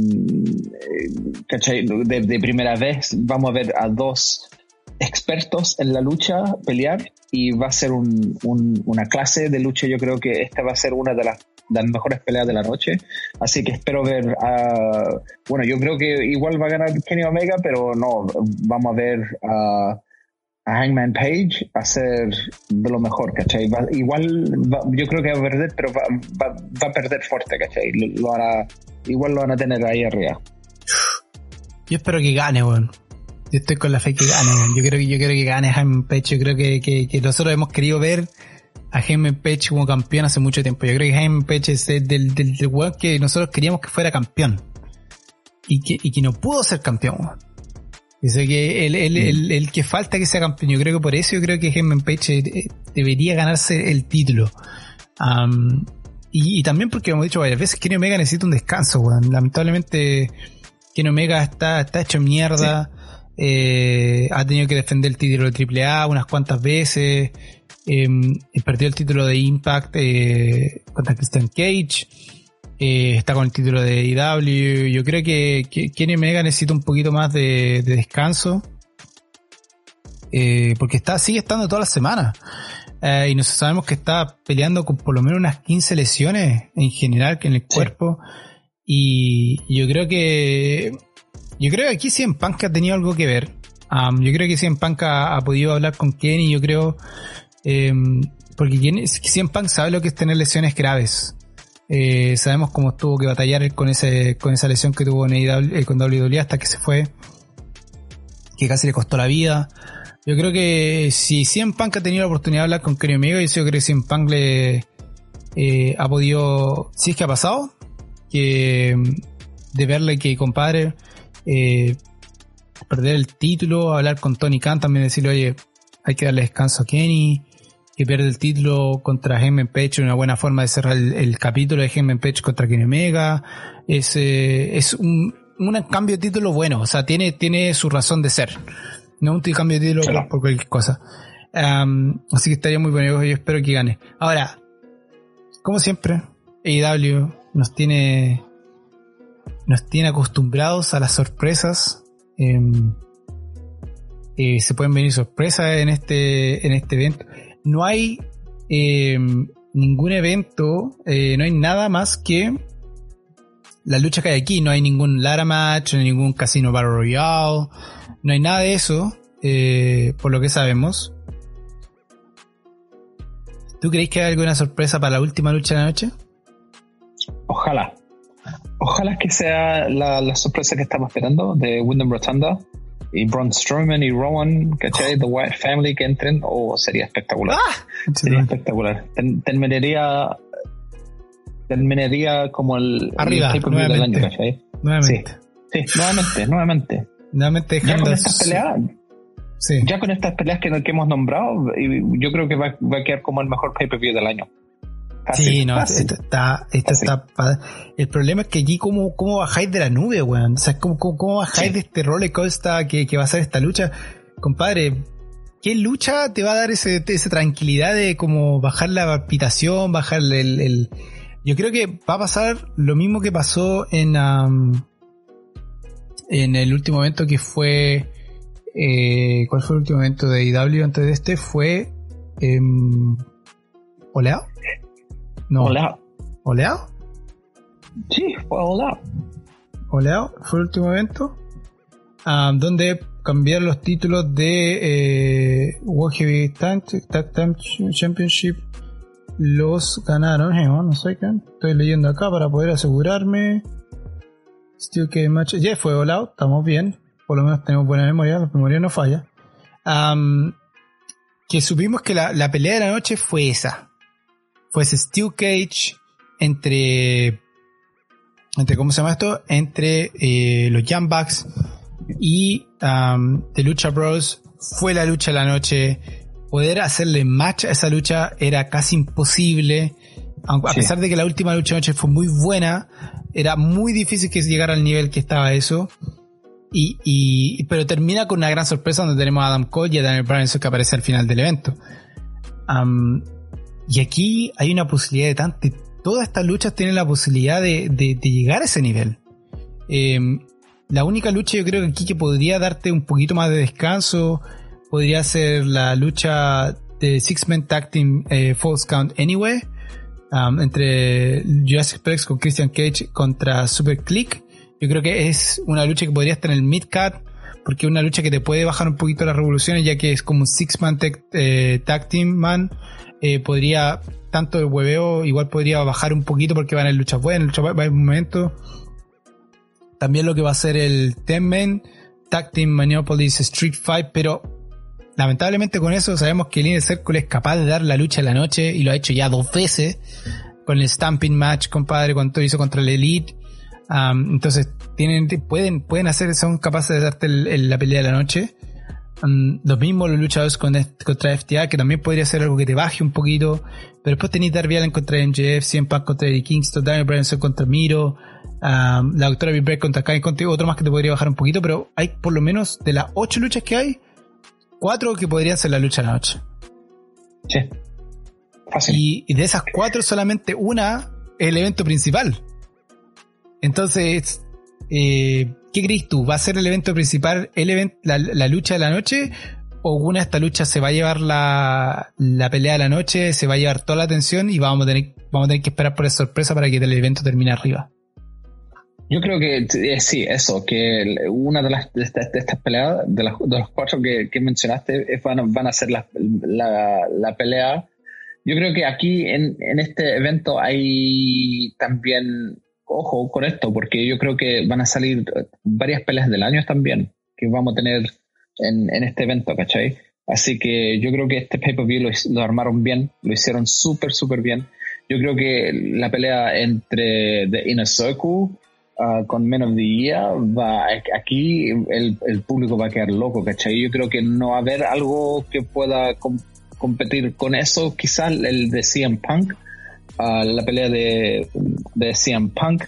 ¿cachai? De, de primera vez vamos a ver a dos expertos en la lucha pelear y va a ser un, un, una clase de lucha. Yo creo que esta va a ser una de las las mejores peleas de la noche, así que espero ver a, bueno, yo creo que igual va a ganar Kenny Omega, pero no, vamos a ver a, a Hangman Page hacer de lo mejor, ¿cachai? Va, igual va, yo creo que va a perder, pero va, va, va a perder fuerte, ¿cachai? Lo, lo hará, igual lo van a tener ahí arriba. Yo espero que gane, weón. Yo estoy con la fe que gane, weón. Yo creo que yo creo que gane Hangman Page. Yo creo que, que, que nosotros hemos querido ver a Hangman Page como campeón hace mucho tiempo. Yo creo que Hangman Page es el del, del, del weón que nosotros queríamos que fuera campeón. Y que, y que no pudo ser campeón, weón. Dice que el, el, el, el que falta que sea campeón. Yo creo que por eso yo creo que Hangman Page debería ganarse el título. Um, y, y también porque, como he dicho varias veces, Kenny Omega necesita un descanso, weón. Lamentablemente Kenny Omega está, está hecho mierda. Sí. Eh, ha tenido que defender el título de Triple A unas cuantas veces. Eh, perdió el título de Impact eh, contra Christian Cage. Eh, está con el título de A E W. Yo creo que, que Kenny Omega necesita un poquito más de, de descanso. Eh, porque está, sigue estando todas las semanas. Eh, y nosotros sabemos que está peleando con por lo menos unas quince lesiones en general en el cuerpo. Sí. Y yo creo que Yo creo que aquí C M Punk ha tenido algo que ver. Um, yo creo que C M Punk ha, ha podido hablar con Kenny, yo creo, eh, porque C M Punk sabe lo que es tener lesiones graves. Eh, sabemos cómo tuvo que batallar con ese con esa lesión que tuvo en A E W, eh, con W W E hasta que se fue, que casi le costó la vida. Yo creo que si C M Punk ha tenido la oportunidad de hablar con Kenny Omega, yo creo que C M Punk le eh, ha podido, si es que ha pasado, que de verle que, compadre, Eh, perder el título, hablar con Tony Khan, también decirle, oye, hay que darle descanso a Kenny, que pierde el título contra Hangman Page, una buena forma de cerrar el, el capítulo de Hangman Page contra Kenny Omega. Es, eh, es un, un cambio de título bueno, o sea, tiene, tiene su razón de ser, no un cambio de título por, por cualquier cosa. Um, así que estaría muy bueno, yo espero que gane. Ahora, como siempre, A E W nos tiene nos tiene acostumbrados a las sorpresas. Eh, eh, se pueden venir sorpresas en este en este evento. No hay eh, ningún evento, eh, no hay nada más que la lucha que hay aquí. No hay ningún ladder match, no hay ningún Casino Battle Royale, no hay nada de eso, eh, por lo que sabemos. ¿Tú crees que hay alguna sorpresa para la última lucha de la noche? Ojalá. Ojalá que sea la, la sorpresa que estamos esperando de Wyndham Rotunda y Braun Strowman y Rowan, ¿cachai? The Wyatt Family que entren, o oh, sería espectacular. ¡Ah! Sería espectacular. Ten, terminaría terminaría como el, arriba, el pay-per-view del año, ¿cachai? Nuevamente. Sí, sí, nuevamente, nuevamente. Nuevamente ya con estas peleas, sí. ya con estas peleas que, que hemos nombrado, yo creo que va, va a quedar como el mejor pay-per-view del año. Fácil, sí, no, esto está, esto está, el problema es que aquí cómo, cómo bajáis de la nube, weón. O sea, cómo, cómo, cómo bajáis sí. de este roller coaster que, que va a ser esta lucha. Compadre, ¿qué lucha te va a dar ese, esa tranquilidad de como bajar la palpitación, bajar el, el... Yo creo que va a pasar lo mismo que pasó en, um, en el último evento que fue, eh, ¿cuál fue el último evento de A E W antes de este? Fue, eh, ¿Oleado? No. Oleado. ¿Oleado? Sí, fue Oleado. Oleado fue el último evento. Um, donde cambiaron los títulos de eh, World Heavy Tag Team Championship. Los ganaron, eh, no sé qué. Estoy leyendo acá para poder asegurarme. Steel Cage Match. Ya fue Oleado, estamos bien. Por lo menos tenemos buena memoria, la memoria no falla. Um, que supimos que la, la pelea de la noche fue esa. Fue ese Steel Cage entre, entre ¿cómo se llama esto? Entre eh, los Young Bucks y um, The Lucha Bros. Fue la lucha de la noche. Poder hacerle match a esa lucha era casi imposible. Aunque, sí. A pesar de que la última lucha de la noche fue muy buena, era muy difícil que llegara al nivel que estaba eso. Y, y, pero termina con una gran sorpresa donde tenemos a Adam Cole y a Daniel Bryan que aparece al final del evento. Um, Y aquí hay una posibilidad de tanto. Todas estas luchas tienen la posibilidad de, de, de llegar a ese nivel. Eh, la única lucha yo creo que aquí que podría darte un poquito más de descanso podría ser la lucha de Six Man Tag Team eh, Falls Count Anyway. um, entre Jurassic Express con Christian Cage contra Super Click. Yo creo que es una lucha que podría estar en el mid-card, porque es una lucha que te puede bajar un poquito las revoluciones, ya que es como un six-man tag, eh, tag team man. Eh, podría, tanto el hueveo, igual podría bajar un poquito porque van en luchas buenas, lucha va a haber un momento. También lo que va a ser el ten-man Tag Team Monopolis Street Fight, pero lamentablemente con eso sabemos que el Inner Circle es capaz de dar la lucha en la noche, y lo ha hecho ya dos veces con el Stamping Match, compadre, cuando hizo contra el Elite. Um, entonces tienen, pueden, pueden hacer, son capaces de darte el, el, la pelea de la noche. Um, los mismos los luchadores con, contra F T R, que también podría ser algo que te baje un poquito, pero después tenéis Darby Allin contra M J F, C M Punk contra Eddie Kingston, Daniel Bryan contra Miro, um, la doctora Big Break contra Kanye, contra otro más que te podría bajar un poquito, pero hay por lo menos de las ocho luchas que hay, cuatro que podrían ser la lucha de la noche. Sí. Fácil. Y, y de esas cuatro solamente una es el evento principal. Entonces, eh, ¿qué crees tú? ¿Va a ser el evento principal, el event, la, la lucha de la noche? ¿O una de estas luchas se va a llevar la, la pelea de la noche, se va a llevar toda la atención y vamos a tener, vamos a tener que esperar por esa sorpresa para que el evento termine arriba? Yo creo que eh, sí, eso, que una de las de estas, de estas peleas, de, las, de los cuatro que, que mencionaste, van, van a ser la, la, la pelea. Yo creo que aquí en, en este evento hay también, ojo con esto, porque yo creo que van a salir varias peleas del año también, que vamos a tener en, en este evento, ¿cachai? Así que yo creo que este pay-per-view lo, lo armaron bien, lo hicieron súper, súper bien. Yo creo que la pelea entre The Inner Circle uh, con Men of the Year, va, aquí el, el público va a quedar loco, ¿cachai? Yo creo que no va a haber algo que pueda com- competir con eso, quizás el de C M Punk, Uh, la pelea de, de C M Punk,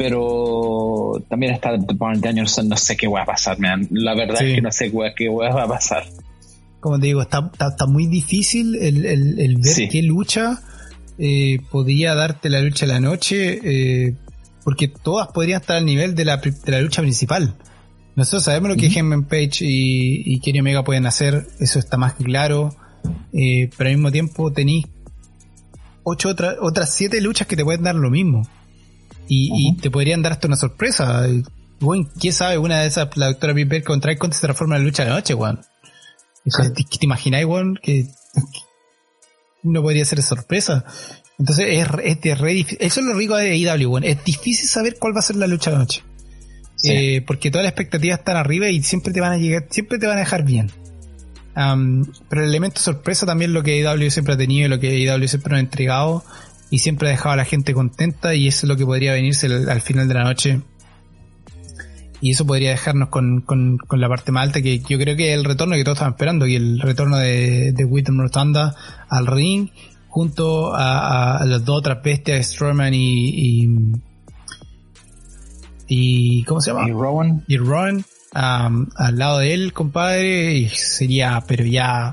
pero también está The Bryan Danielson. No sé qué va a pasar, man. La verdad sí. es que no sé qué va a pasar. Como te digo, está, está, está muy difícil el, el, el ver sí. qué lucha eh, podría darte la lucha de la noche, eh, porque todas podrían estar al nivel de la, de la lucha principal. Nosotros sabemos lo que mm-hmm. Hangman Page y, y Kenny Omega pueden hacer, eso está más que claro, eh, pero al mismo tiempo tenéis ocho otras otras siete luchas que te pueden dar lo mismo y, uh-huh. y te podrían dar hasta una sorpresa. Bueno, quién sabe, una de esas, la doctora Piper contra Icon se transforma en la lucha de la noche, weón. Sí. ¿Te, te imagináis, weón, que, que no podría ser sorpresa? Entonces es, es, es re difícil. Eso es lo rico de A E W, weón. Es difícil saber cuál va a ser la lucha de la noche, sí. eh, porque todas las expectativas están arriba y siempre te van a llegar, siempre te van a dejar bien. Um, pero el elemento sorpresa también, lo que A E W siempre ha tenido, lo que A E W siempre nos ha entregado y siempre ha dejado a la gente contenta, y eso es lo que podría venirse al, al final de la noche, y eso podría dejarnos con, con, con la parte más alta, que yo creo que es el retorno que todos estaban esperando, que el retorno de, de Wheaton Rotunda al ring junto a, a, a las dos otras bestias, Strowman y, y y ¿cómo se llama? y Rowan y Rowan Um, al lado de él, compadre, y sería, pero ya,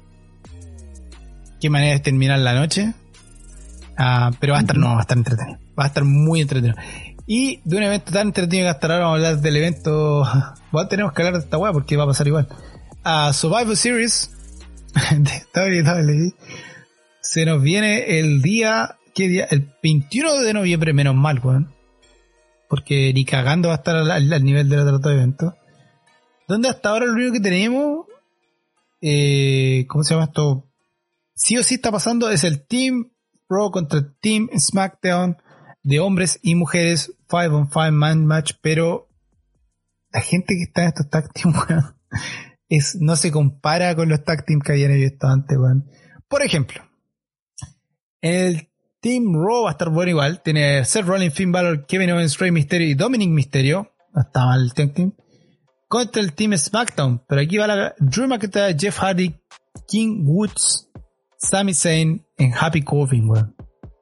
qué manera de terminar la noche. Uh, pero va a estar, no, va a estar entretenido, va a estar muy entretenido. Y de un evento tan entretenido que hasta ahora vamos a hablar del evento, bueno, tenemos que hablar de esta weá porque va a pasar igual. Uh, Survivor Series de W W E se nos viene el día, ¿qué día? El veintiuno de noviembre, menos mal, weón, porque ni cagando va a estar al, al nivel del otro evento. Donde hasta ahora lo único que tenemos, eh, ¿cómo se llama esto? Sí o sí está pasando, es el Team Raw contra el Team SmackDown de hombres y mujeres, five on five man match, pero la gente que está en estos tag team, bueno, es, no se compara con los tag team que habían visto antes, bueno. Por ejemplo, el Team Raw va a estar bueno igual, tiene Seth Rollins, Finn Balor, Kevin Owens, Rey Mysterio y Dominic Mysterio, no está mal el tag team, contra el Team SmackDown, pero aquí va la Drew McIntyre, Jeff Hardy, King Woods, Sami Zayn en Happy Corbin, weón.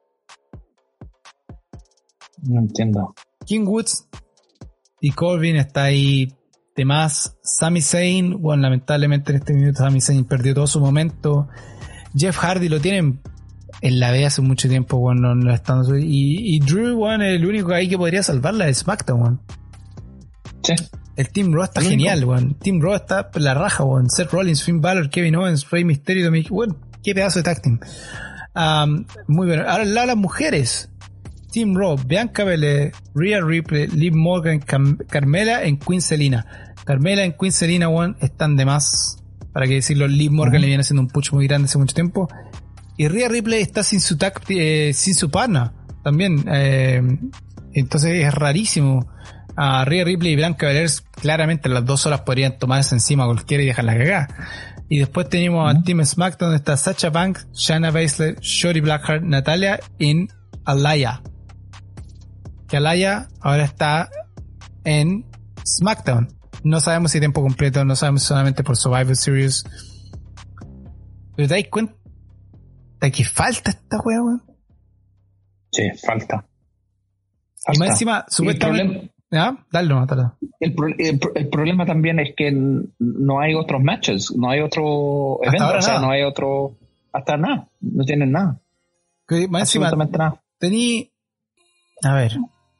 No entiendo. King Woods y Corbin está ahí de más. Sami Zayn, bueno, lamentablemente en este minuto Sami Zayn perdió todo su momento. Jeff Hardy lo tienen en la B hace mucho tiempo, bueno, no están, y, y Drew, bueno, es el único ahí que podría salvarla de SmackDown, bueno. Sí. El Team Raw está genial, weón. Team Raw está la raja, weón. Seth Rollins, Finn Balor, Kevin Owens, Rey Mysterio, Dominic, weón, qué pedazo de tag team. Um, muy bueno. Ahora el lado de las mujeres. Team Raw, Bianca Belair, Rhea Ripley, Liv Morgan, Cam- Carmela en Queen Zelina. Carmela en Queen Zelina, one, están de más. Para que decirlo, Liv Morgan uh-huh. le viene haciendo un push muy grande hace mucho tiempo. Y Rhea Ripley está sin su tag, eh, sin su partner también. Eh, entonces es rarísimo. A Rhea Ripley y Bianca Belair claramente las dos horas podrían tomarse encima a cualquiera y dejarla cagar. Y después tenemos uh-huh. al Team SmackDown donde está Sasha Banks, Shayna Baszler, Shotzi Blackheart, Natalia y Alaya. Que Alaya ahora está en SmackDown. No sabemos si tiempo completo, no sabemos solamente por Survivor Series. Pero te das cuenta de que falta esta wea, weón. Sí, falta. falta. Y más encima, supuestamente. ¿Ya? Dale, no, dale. El, pro, el, el problema también es que no hay otros matches, no hay otro evento, o sea, nada. no hay otro. Hasta nada, no tienen nada. Que más absolutamente encima, nada. Tení. A ver.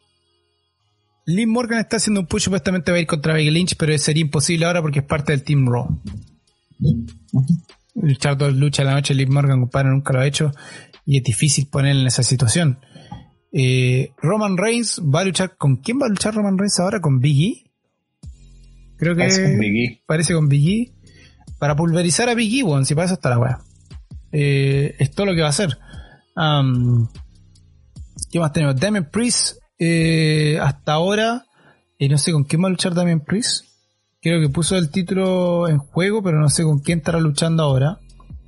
Liv Morgan está haciendo un push, supuestamente va a ir contra Becky Lynch, pero sería imposible ahora porque es parte del Team Raw. Uh-huh. Luchar dos luchas a la noche, Liv Morgan, compadre, nunca lo ha hecho y es difícil ponerle en esa situación. Eh, Roman Reigns va a luchar. ¿Con quién va a luchar Roman Reigns ahora? ¿Con Big E? Creo que parece con Big E. Parece con Big E. Para pulverizar a Big E, bueno, si para eso está la weá. Eh, es todo lo que va a hacer. Um, ¿Qué más tenemos? Damian Priest. Eh, hasta ahora, eh, no sé con quién va a luchar Damian Priest. Creo que puso el título en juego, pero no sé con quién estará luchando ahora.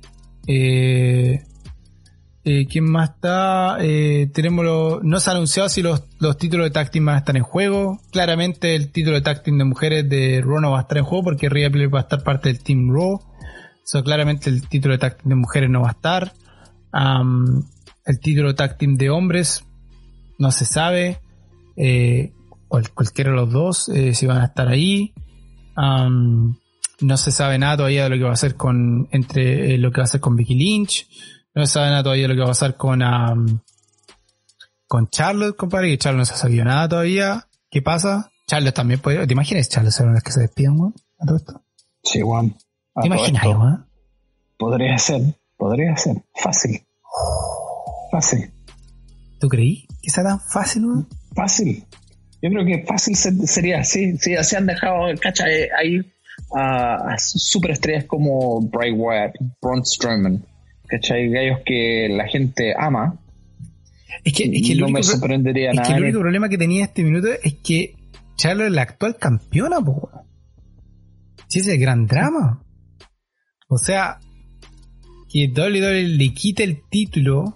Eh, eh, ¿Quién más está? Eh, tenemos lo, no se ha anunciado si los, los títulos de tag team van a estar en juego. Claramente el título de tag team de mujeres de Raw no va a estar en juego porque Rhea Ripley va a estar parte del Team Raw. So, claramente el título de tag team de mujeres no va a estar. Um, el título de tag team de hombres no se sabe. Eh, cual, cualquiera de los dos eh, si van a estar ahí. Um, no se sabe nada todavía de lo que va a hacer con entre eh, lo que va a hacer con Becky Lynch. No se sabe nada todavía de lo que va a pasar con um, con Charlotte, compadre, que Charlotte no se ha sabido nada todavía. ¿Qué pasa? Charlotte también puede. ¿Te imaginas Charlotte ser una vez que se despidan, weón? A todo esto. Sí, weón. ¿Te imaginas, weón? Podría ser, podría ser. Fácil. Fácil. ¿Tú creí que sea tan fácil, weón? Fácil. Yo creo que fácil sería así. Sí, se han dejado, cacha, ahí a, a superestrellas como Bray Wyatt, Braun Strowman, ¿cachai? Gallos que la gente ama. Es que, es que no único, me sorprendería es nada. que el único problema que tenía este minuto es que Charlotte es la actual campeona, po. Sí, ese es el gran drama. O sea, que doble u doble u E le quite el título.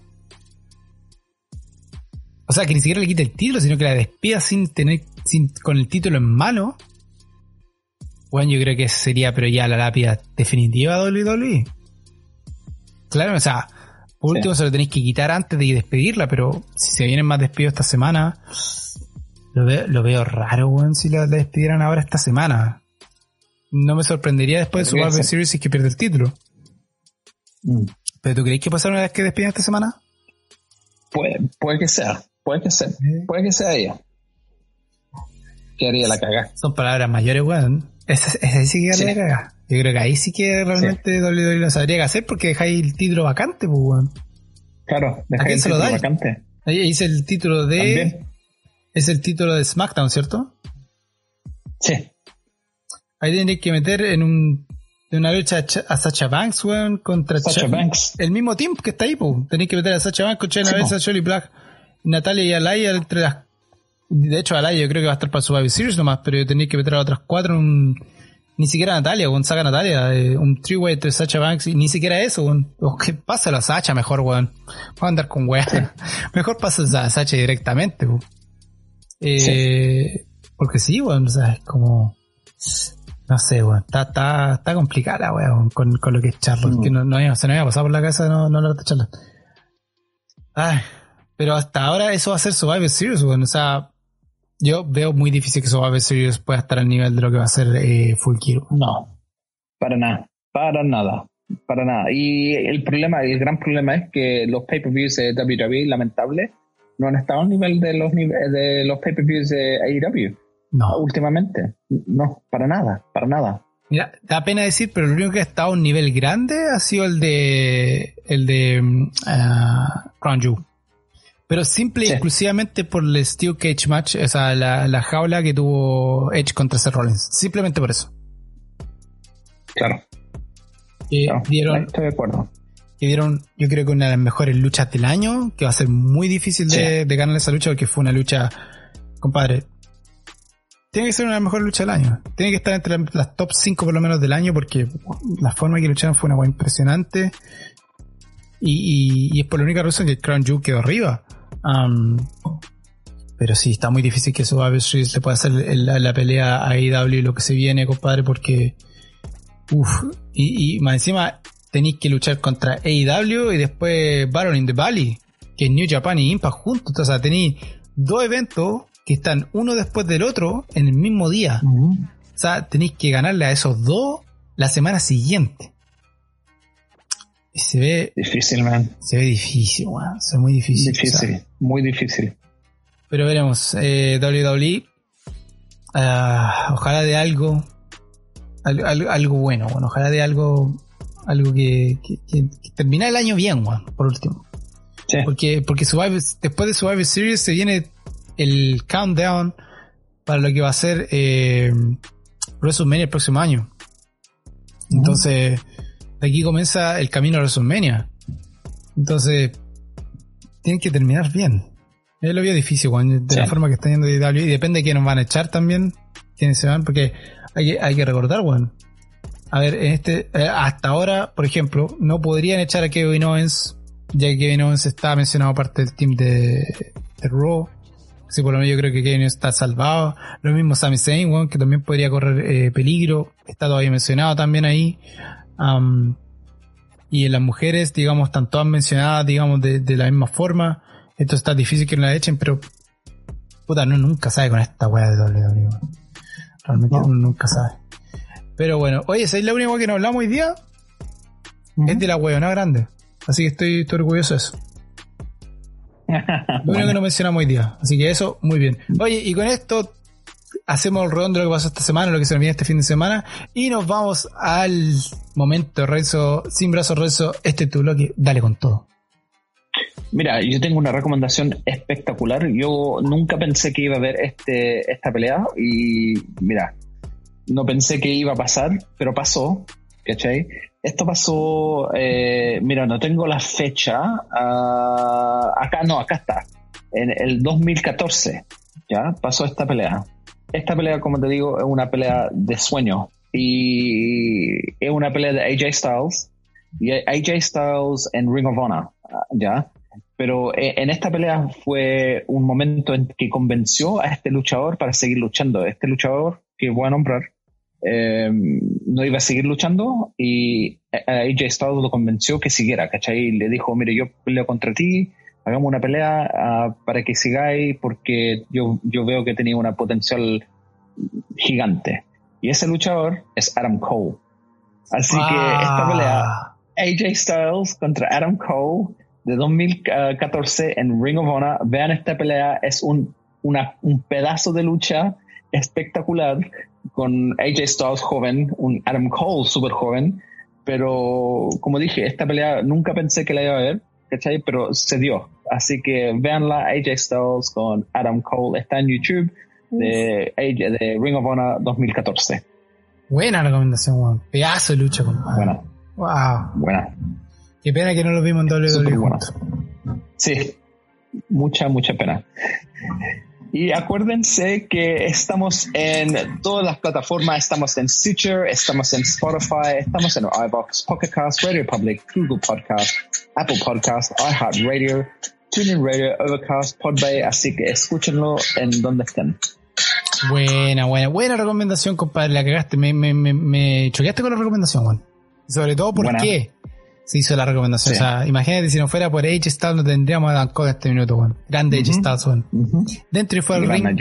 O sea, que ni siquiera le quite el título, sino que la despida sin tener, sin, con el título en mano. Bueno, yo creo que sería, pero ya la lápida definitiva de doble u doble u E. Claro, o sea, por último sí. Se lo tenéis que quitar antes de despedirla, pero si se vienen más despidos esta semana, lo veo, lo veo raro, weón, si la, la despidieran ahora esta semana. No me sorprendería después de su Survivor Series si es que pierde el título. Mm. ¿Pero tú creéis que pasará una vez que despiden esta semana? Puede, puede que sea, puede que sea, puede que sea ella. ¿Qué haría la cagada? Son palabras mayores, weón. Esa, esa sí que haría sí. la cagada. Yo creo que ahí sí que realmente sí. doble u doble u E lo sabría qué hacer porque dejáis el título vacante, pues, weón. Claro, dejáis el título vacante. Ahí dice el título de... ¿También? Es el título de SmackDown, ¿cierto? Sí. Ahí tendréis que meter en un en una lucha a Sasha Banks, weón, contra Sasha Ch- Banks. El mismo team que está ahí, pues. Tenéis que meter a Sasha Banks con Shayna sí, Baszler, Shotzi Black, Natalia y Alaya entre las... De hecho, Alaya yo creo que va a estar para Survivor Series nomás, pero tenéis que meter a otras cuatro en un... Ni siquiera Natalia, weón, saca Natalia, eh, un three-way entre Sasha Banks y ni siquiera eso, weón. ¿Qué pasa a Sasha mejor, weón? Vamos a andar con weón. Sí. Mejor pasa a Sasha directamente, weón. Eh, sí. Porque sí, weón, o sea, es como... No sé, weón, está, está, está complicada, weón, con, con lo que es Charlotte, mm. que no, no, se nos había pasado por la cabeza no, no hablar de Charlotte. Ay, pero hasta ahora eso va a ser Survivor Series, weón, o sea... Yo veo muy difícil que Survivor Series pueda estar al nivel de lo que va a ser eh, Full Gear. No, para nada, para nada, para nada. Y el problema, el gran problema es que los pay-per-views de W W E, lamentable, no han estado al nivel de los de los pay-per-views de A E W. No. Últimamente. No, para nada, para nada. Mira, da pena decir, pero lo único que ha estado a un nivel grande ha sido el de el de uh, Crown Jewel. Pero simple y sí. exclusivamente por el Steel Cage Match, o sea, la, la jaula que tuvo Edge contra Seth Rollins. Simplemente por eso. Claro. Que no, dieron, estoy de acuerdo. Que dieron, yo creo que una de las mejores luchas del año, que va a ser muy difícil sí. de, de ganar esa lucha porque fue una lucha, compadre. Tiene que ser una de las mejores luchas del año. Tiene que estar entre las top cinco por lo menos del año porque la forma que lucharon fue una cosa impresionante. Y, y, y es por la única razón que el Crown Jewel quedó arriba. Um, pero sí, está muy difícil que Survivor Series le pueda hacer el, la, la pelea a A E W y lo que se viene, compadre, porque uff, y, y más encima tenéis que luchar contra A E W y después Battle in the Valley, que es New Japan y Impact juntos. O sea, tenéis dos eventos que están uno después del otro en el mismo día. Uh-huh. O sea, tenéis que ganarle a esos dos la semana siguiente. Y se ve difícil, man. Se ve difícil, man. Se ve muy difícil. Difícil, o sea. Muy difícil. Pero veremos. Eh, W W E, uh, ojalá de algo, algo, algo, algo bueno, bueno, ojalá de algo, algo que, que, que, que termine el año bien, man, por último. Sí. Porque, porque Survivor, después de Survivor Series se viene el countdown para lo que va a ser eh, WrestleMania el próximo año. Entonces, de aquí comienza el camino a WrestleMania. Entonces, tienen que terminar bien. Es lo veo difícil, Juan, de sí. la forma que está yendo de W. Y depende de quiénes van a echar también, quiénes se van, porque hay que, hay que recordar, Juan. A ver, en este, eh, hasta ahora, por ejemplo, no podrían echar a Kevin Owens, ya que Kevin Owens está mencionado parte del team de, de Raw. Sí, por lo menos yo creo que Kevin está salvado. Lo mismo Sami Zayn, Juan, que también podría correr eh, peligro. Está todavía mencionado también ahí. Um, y en las mujeres, digamos, están todas mencionadas, digamos, de, de la misma forma. Esto está difícil que no la echen, pero puta, no nunca sabe con esta weá de W W E. Realmente no. uno nunca sabe. Pero bueno, oye, ¿sabes la única weá que no hablamos hoy día? Uh-huh. Es de la weona grande. Así que estoy, estoy orgulloso de eso. Lo único bueno. que no mencionamos hoy día. Así que eso, muy bien. Oye, y con esto hacemos el redondo de lo que pasó esta semana, lo que se nos viene este fin de semana, y nos vamos al momento, Renzo, sin brazos, Renzo, este es tu bloque, dale con todo. Mira, yo tengo una recomendación espectacular. Yo nunca pensé que iba a ver este esta pelea y mira, no pensé que iba a pasar, pero pasó, ¿cachai? Esto pasó, eh, mira, no tengo la fecha, uh, acá no, acá está, en el dos mil catorce, ya pasó esta pelea. Esta pelea, como te digo, es una pelea de sueño y es una pelea de A J Styles y A J Styles en Ring of Honor, ya. Pero en esta pelea fue un momento en que convenció a este luchador para seguir luchando. Este luchador, que voy a nombrar, eh, no iba a seguir luchando y a A J Styles lo convenció que siguiera, ¿cachai? Y le dijo, mire, yo peleo contra ti, hagamos una pelea uh, para que sigáis porque yo, yo veo que tenía una potencial gigante. Y ese luchador es Adam Cole. Así ah. que esta pelea, A J Styles contra Adam Cole de dos mil catorce en Ring of Honor. Vean esta pelea, es un, una, un pedazo de lucha espectacular con A J Styles joven, un Adam Cole súper joven, pero como dije, esta pelea nunca pensé que la iba a ver, ¿cachai? Pero se dio, así que veanla, A J Styles con Adam Cole, está en YouTube de, de Ring of Honor dos mil catorce. Buena recomendación, Juan. Pedazo de lucha, compadre. Buena. Wow. Buena. Qué pena que no lo vimos en W W E juntos. Sí, mucha, mucha pena. Y acuérdense que estamos en todas las plataformas, estamos en Stitcher, estamos en Spotify, estamos en iVoox, Pocket Cast, Radio Public, Google Podcast, Apple Podcast, iHeartRadio, TuneIn Radio, Overcast, Podbay, así que escúchenlo en donde estén. Buena, buena, buena recomendación, compadre, la cagaste, me, me, me, me choqueaste con la recomendación, Juan. Sobre todo, ¿por buena. qué se hizo la recomendación? Sí. O sea, imagínate si no fuera por A J Styles no tendríamos a Dan Cole en este minuto, Juan. Grande uh-huh. A J Styles, Juan. Uh-huh. Dentro y fuera del ring,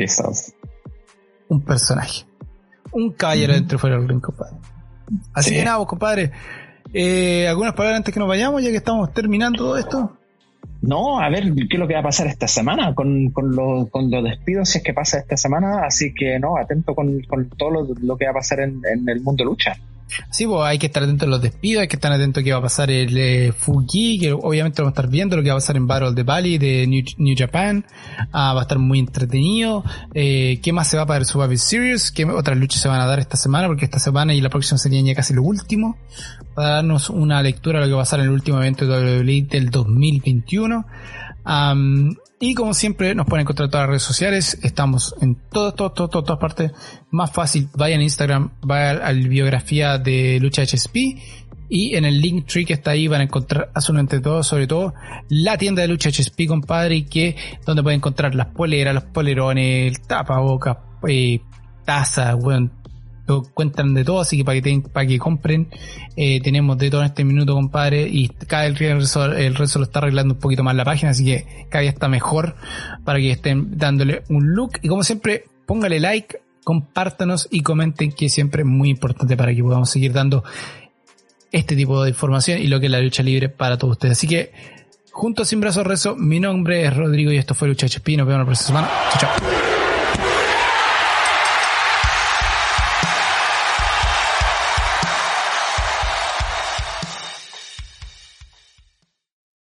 un personaje. Un caballero uh-huh. dentro y fuera del ring, compadre. Así sí. que nada, pues, compadre. Eh, ¿Algunas palabras antes que nos vayamos, ya que estamos terminando todo esto? No, a ver, ¿qué es lo que va a pasar esta semana con, con, lo, con los despidos, si es que pasa esta semana? Así que no, atento con, con todo lo, lo que va a pasar en, en el mundo lucha. Sí, pues hay que estar atento a los despidos, hay que estar atento a qué va a pasar el eh, Fuji, que obviamente vamos a estar viendo lo que va a pasar en Battle of the Valley de New, New Japan. Ah, va a estar muy entretenido. Eh, ¿Qué más se va para el Survivor Series? ¿Qué otras luchas se van a dar esta semana? Porque esta semana y la próxima serían ya casi lo último, para darnos una lectura de lo que va a pasar en el último evento de W W E del dos mil veintiuno. Um, y como siempre nos pueden encontrar en todas las redes sociales, estamos en todas, todas, todas, todas partes. Más fácil, vayan a Instagram, vayan a la biografía de Lucha H S P y en el link tree que está ahí van a encontrar absolutamente todo, sobre todo la tienda de Lucha H S P, compadre, y que donde pueden encontrar las poleras, los polerones, el tapabocas, eh, tazas, bueno, cuentan de todo, así que para que, ten, para que compren, eh, tenemos de todo en este minuto, compadre, y cada vez el resto, el resto lo está arreglando un poquito más la página, así que cada día está mejor para que estén dándole un look. Y como siempre, póngale like, compártanos y comenten, que siempre es muy importante para que podamos seguir dando este tipo de información y lo que es la lucha libre para todos ustedes. Así que juntos sin brazos rezo, mi nombre es Rodrigo y esto fue Lucha H P. Nos vemos la próxima semana. Chao, chao.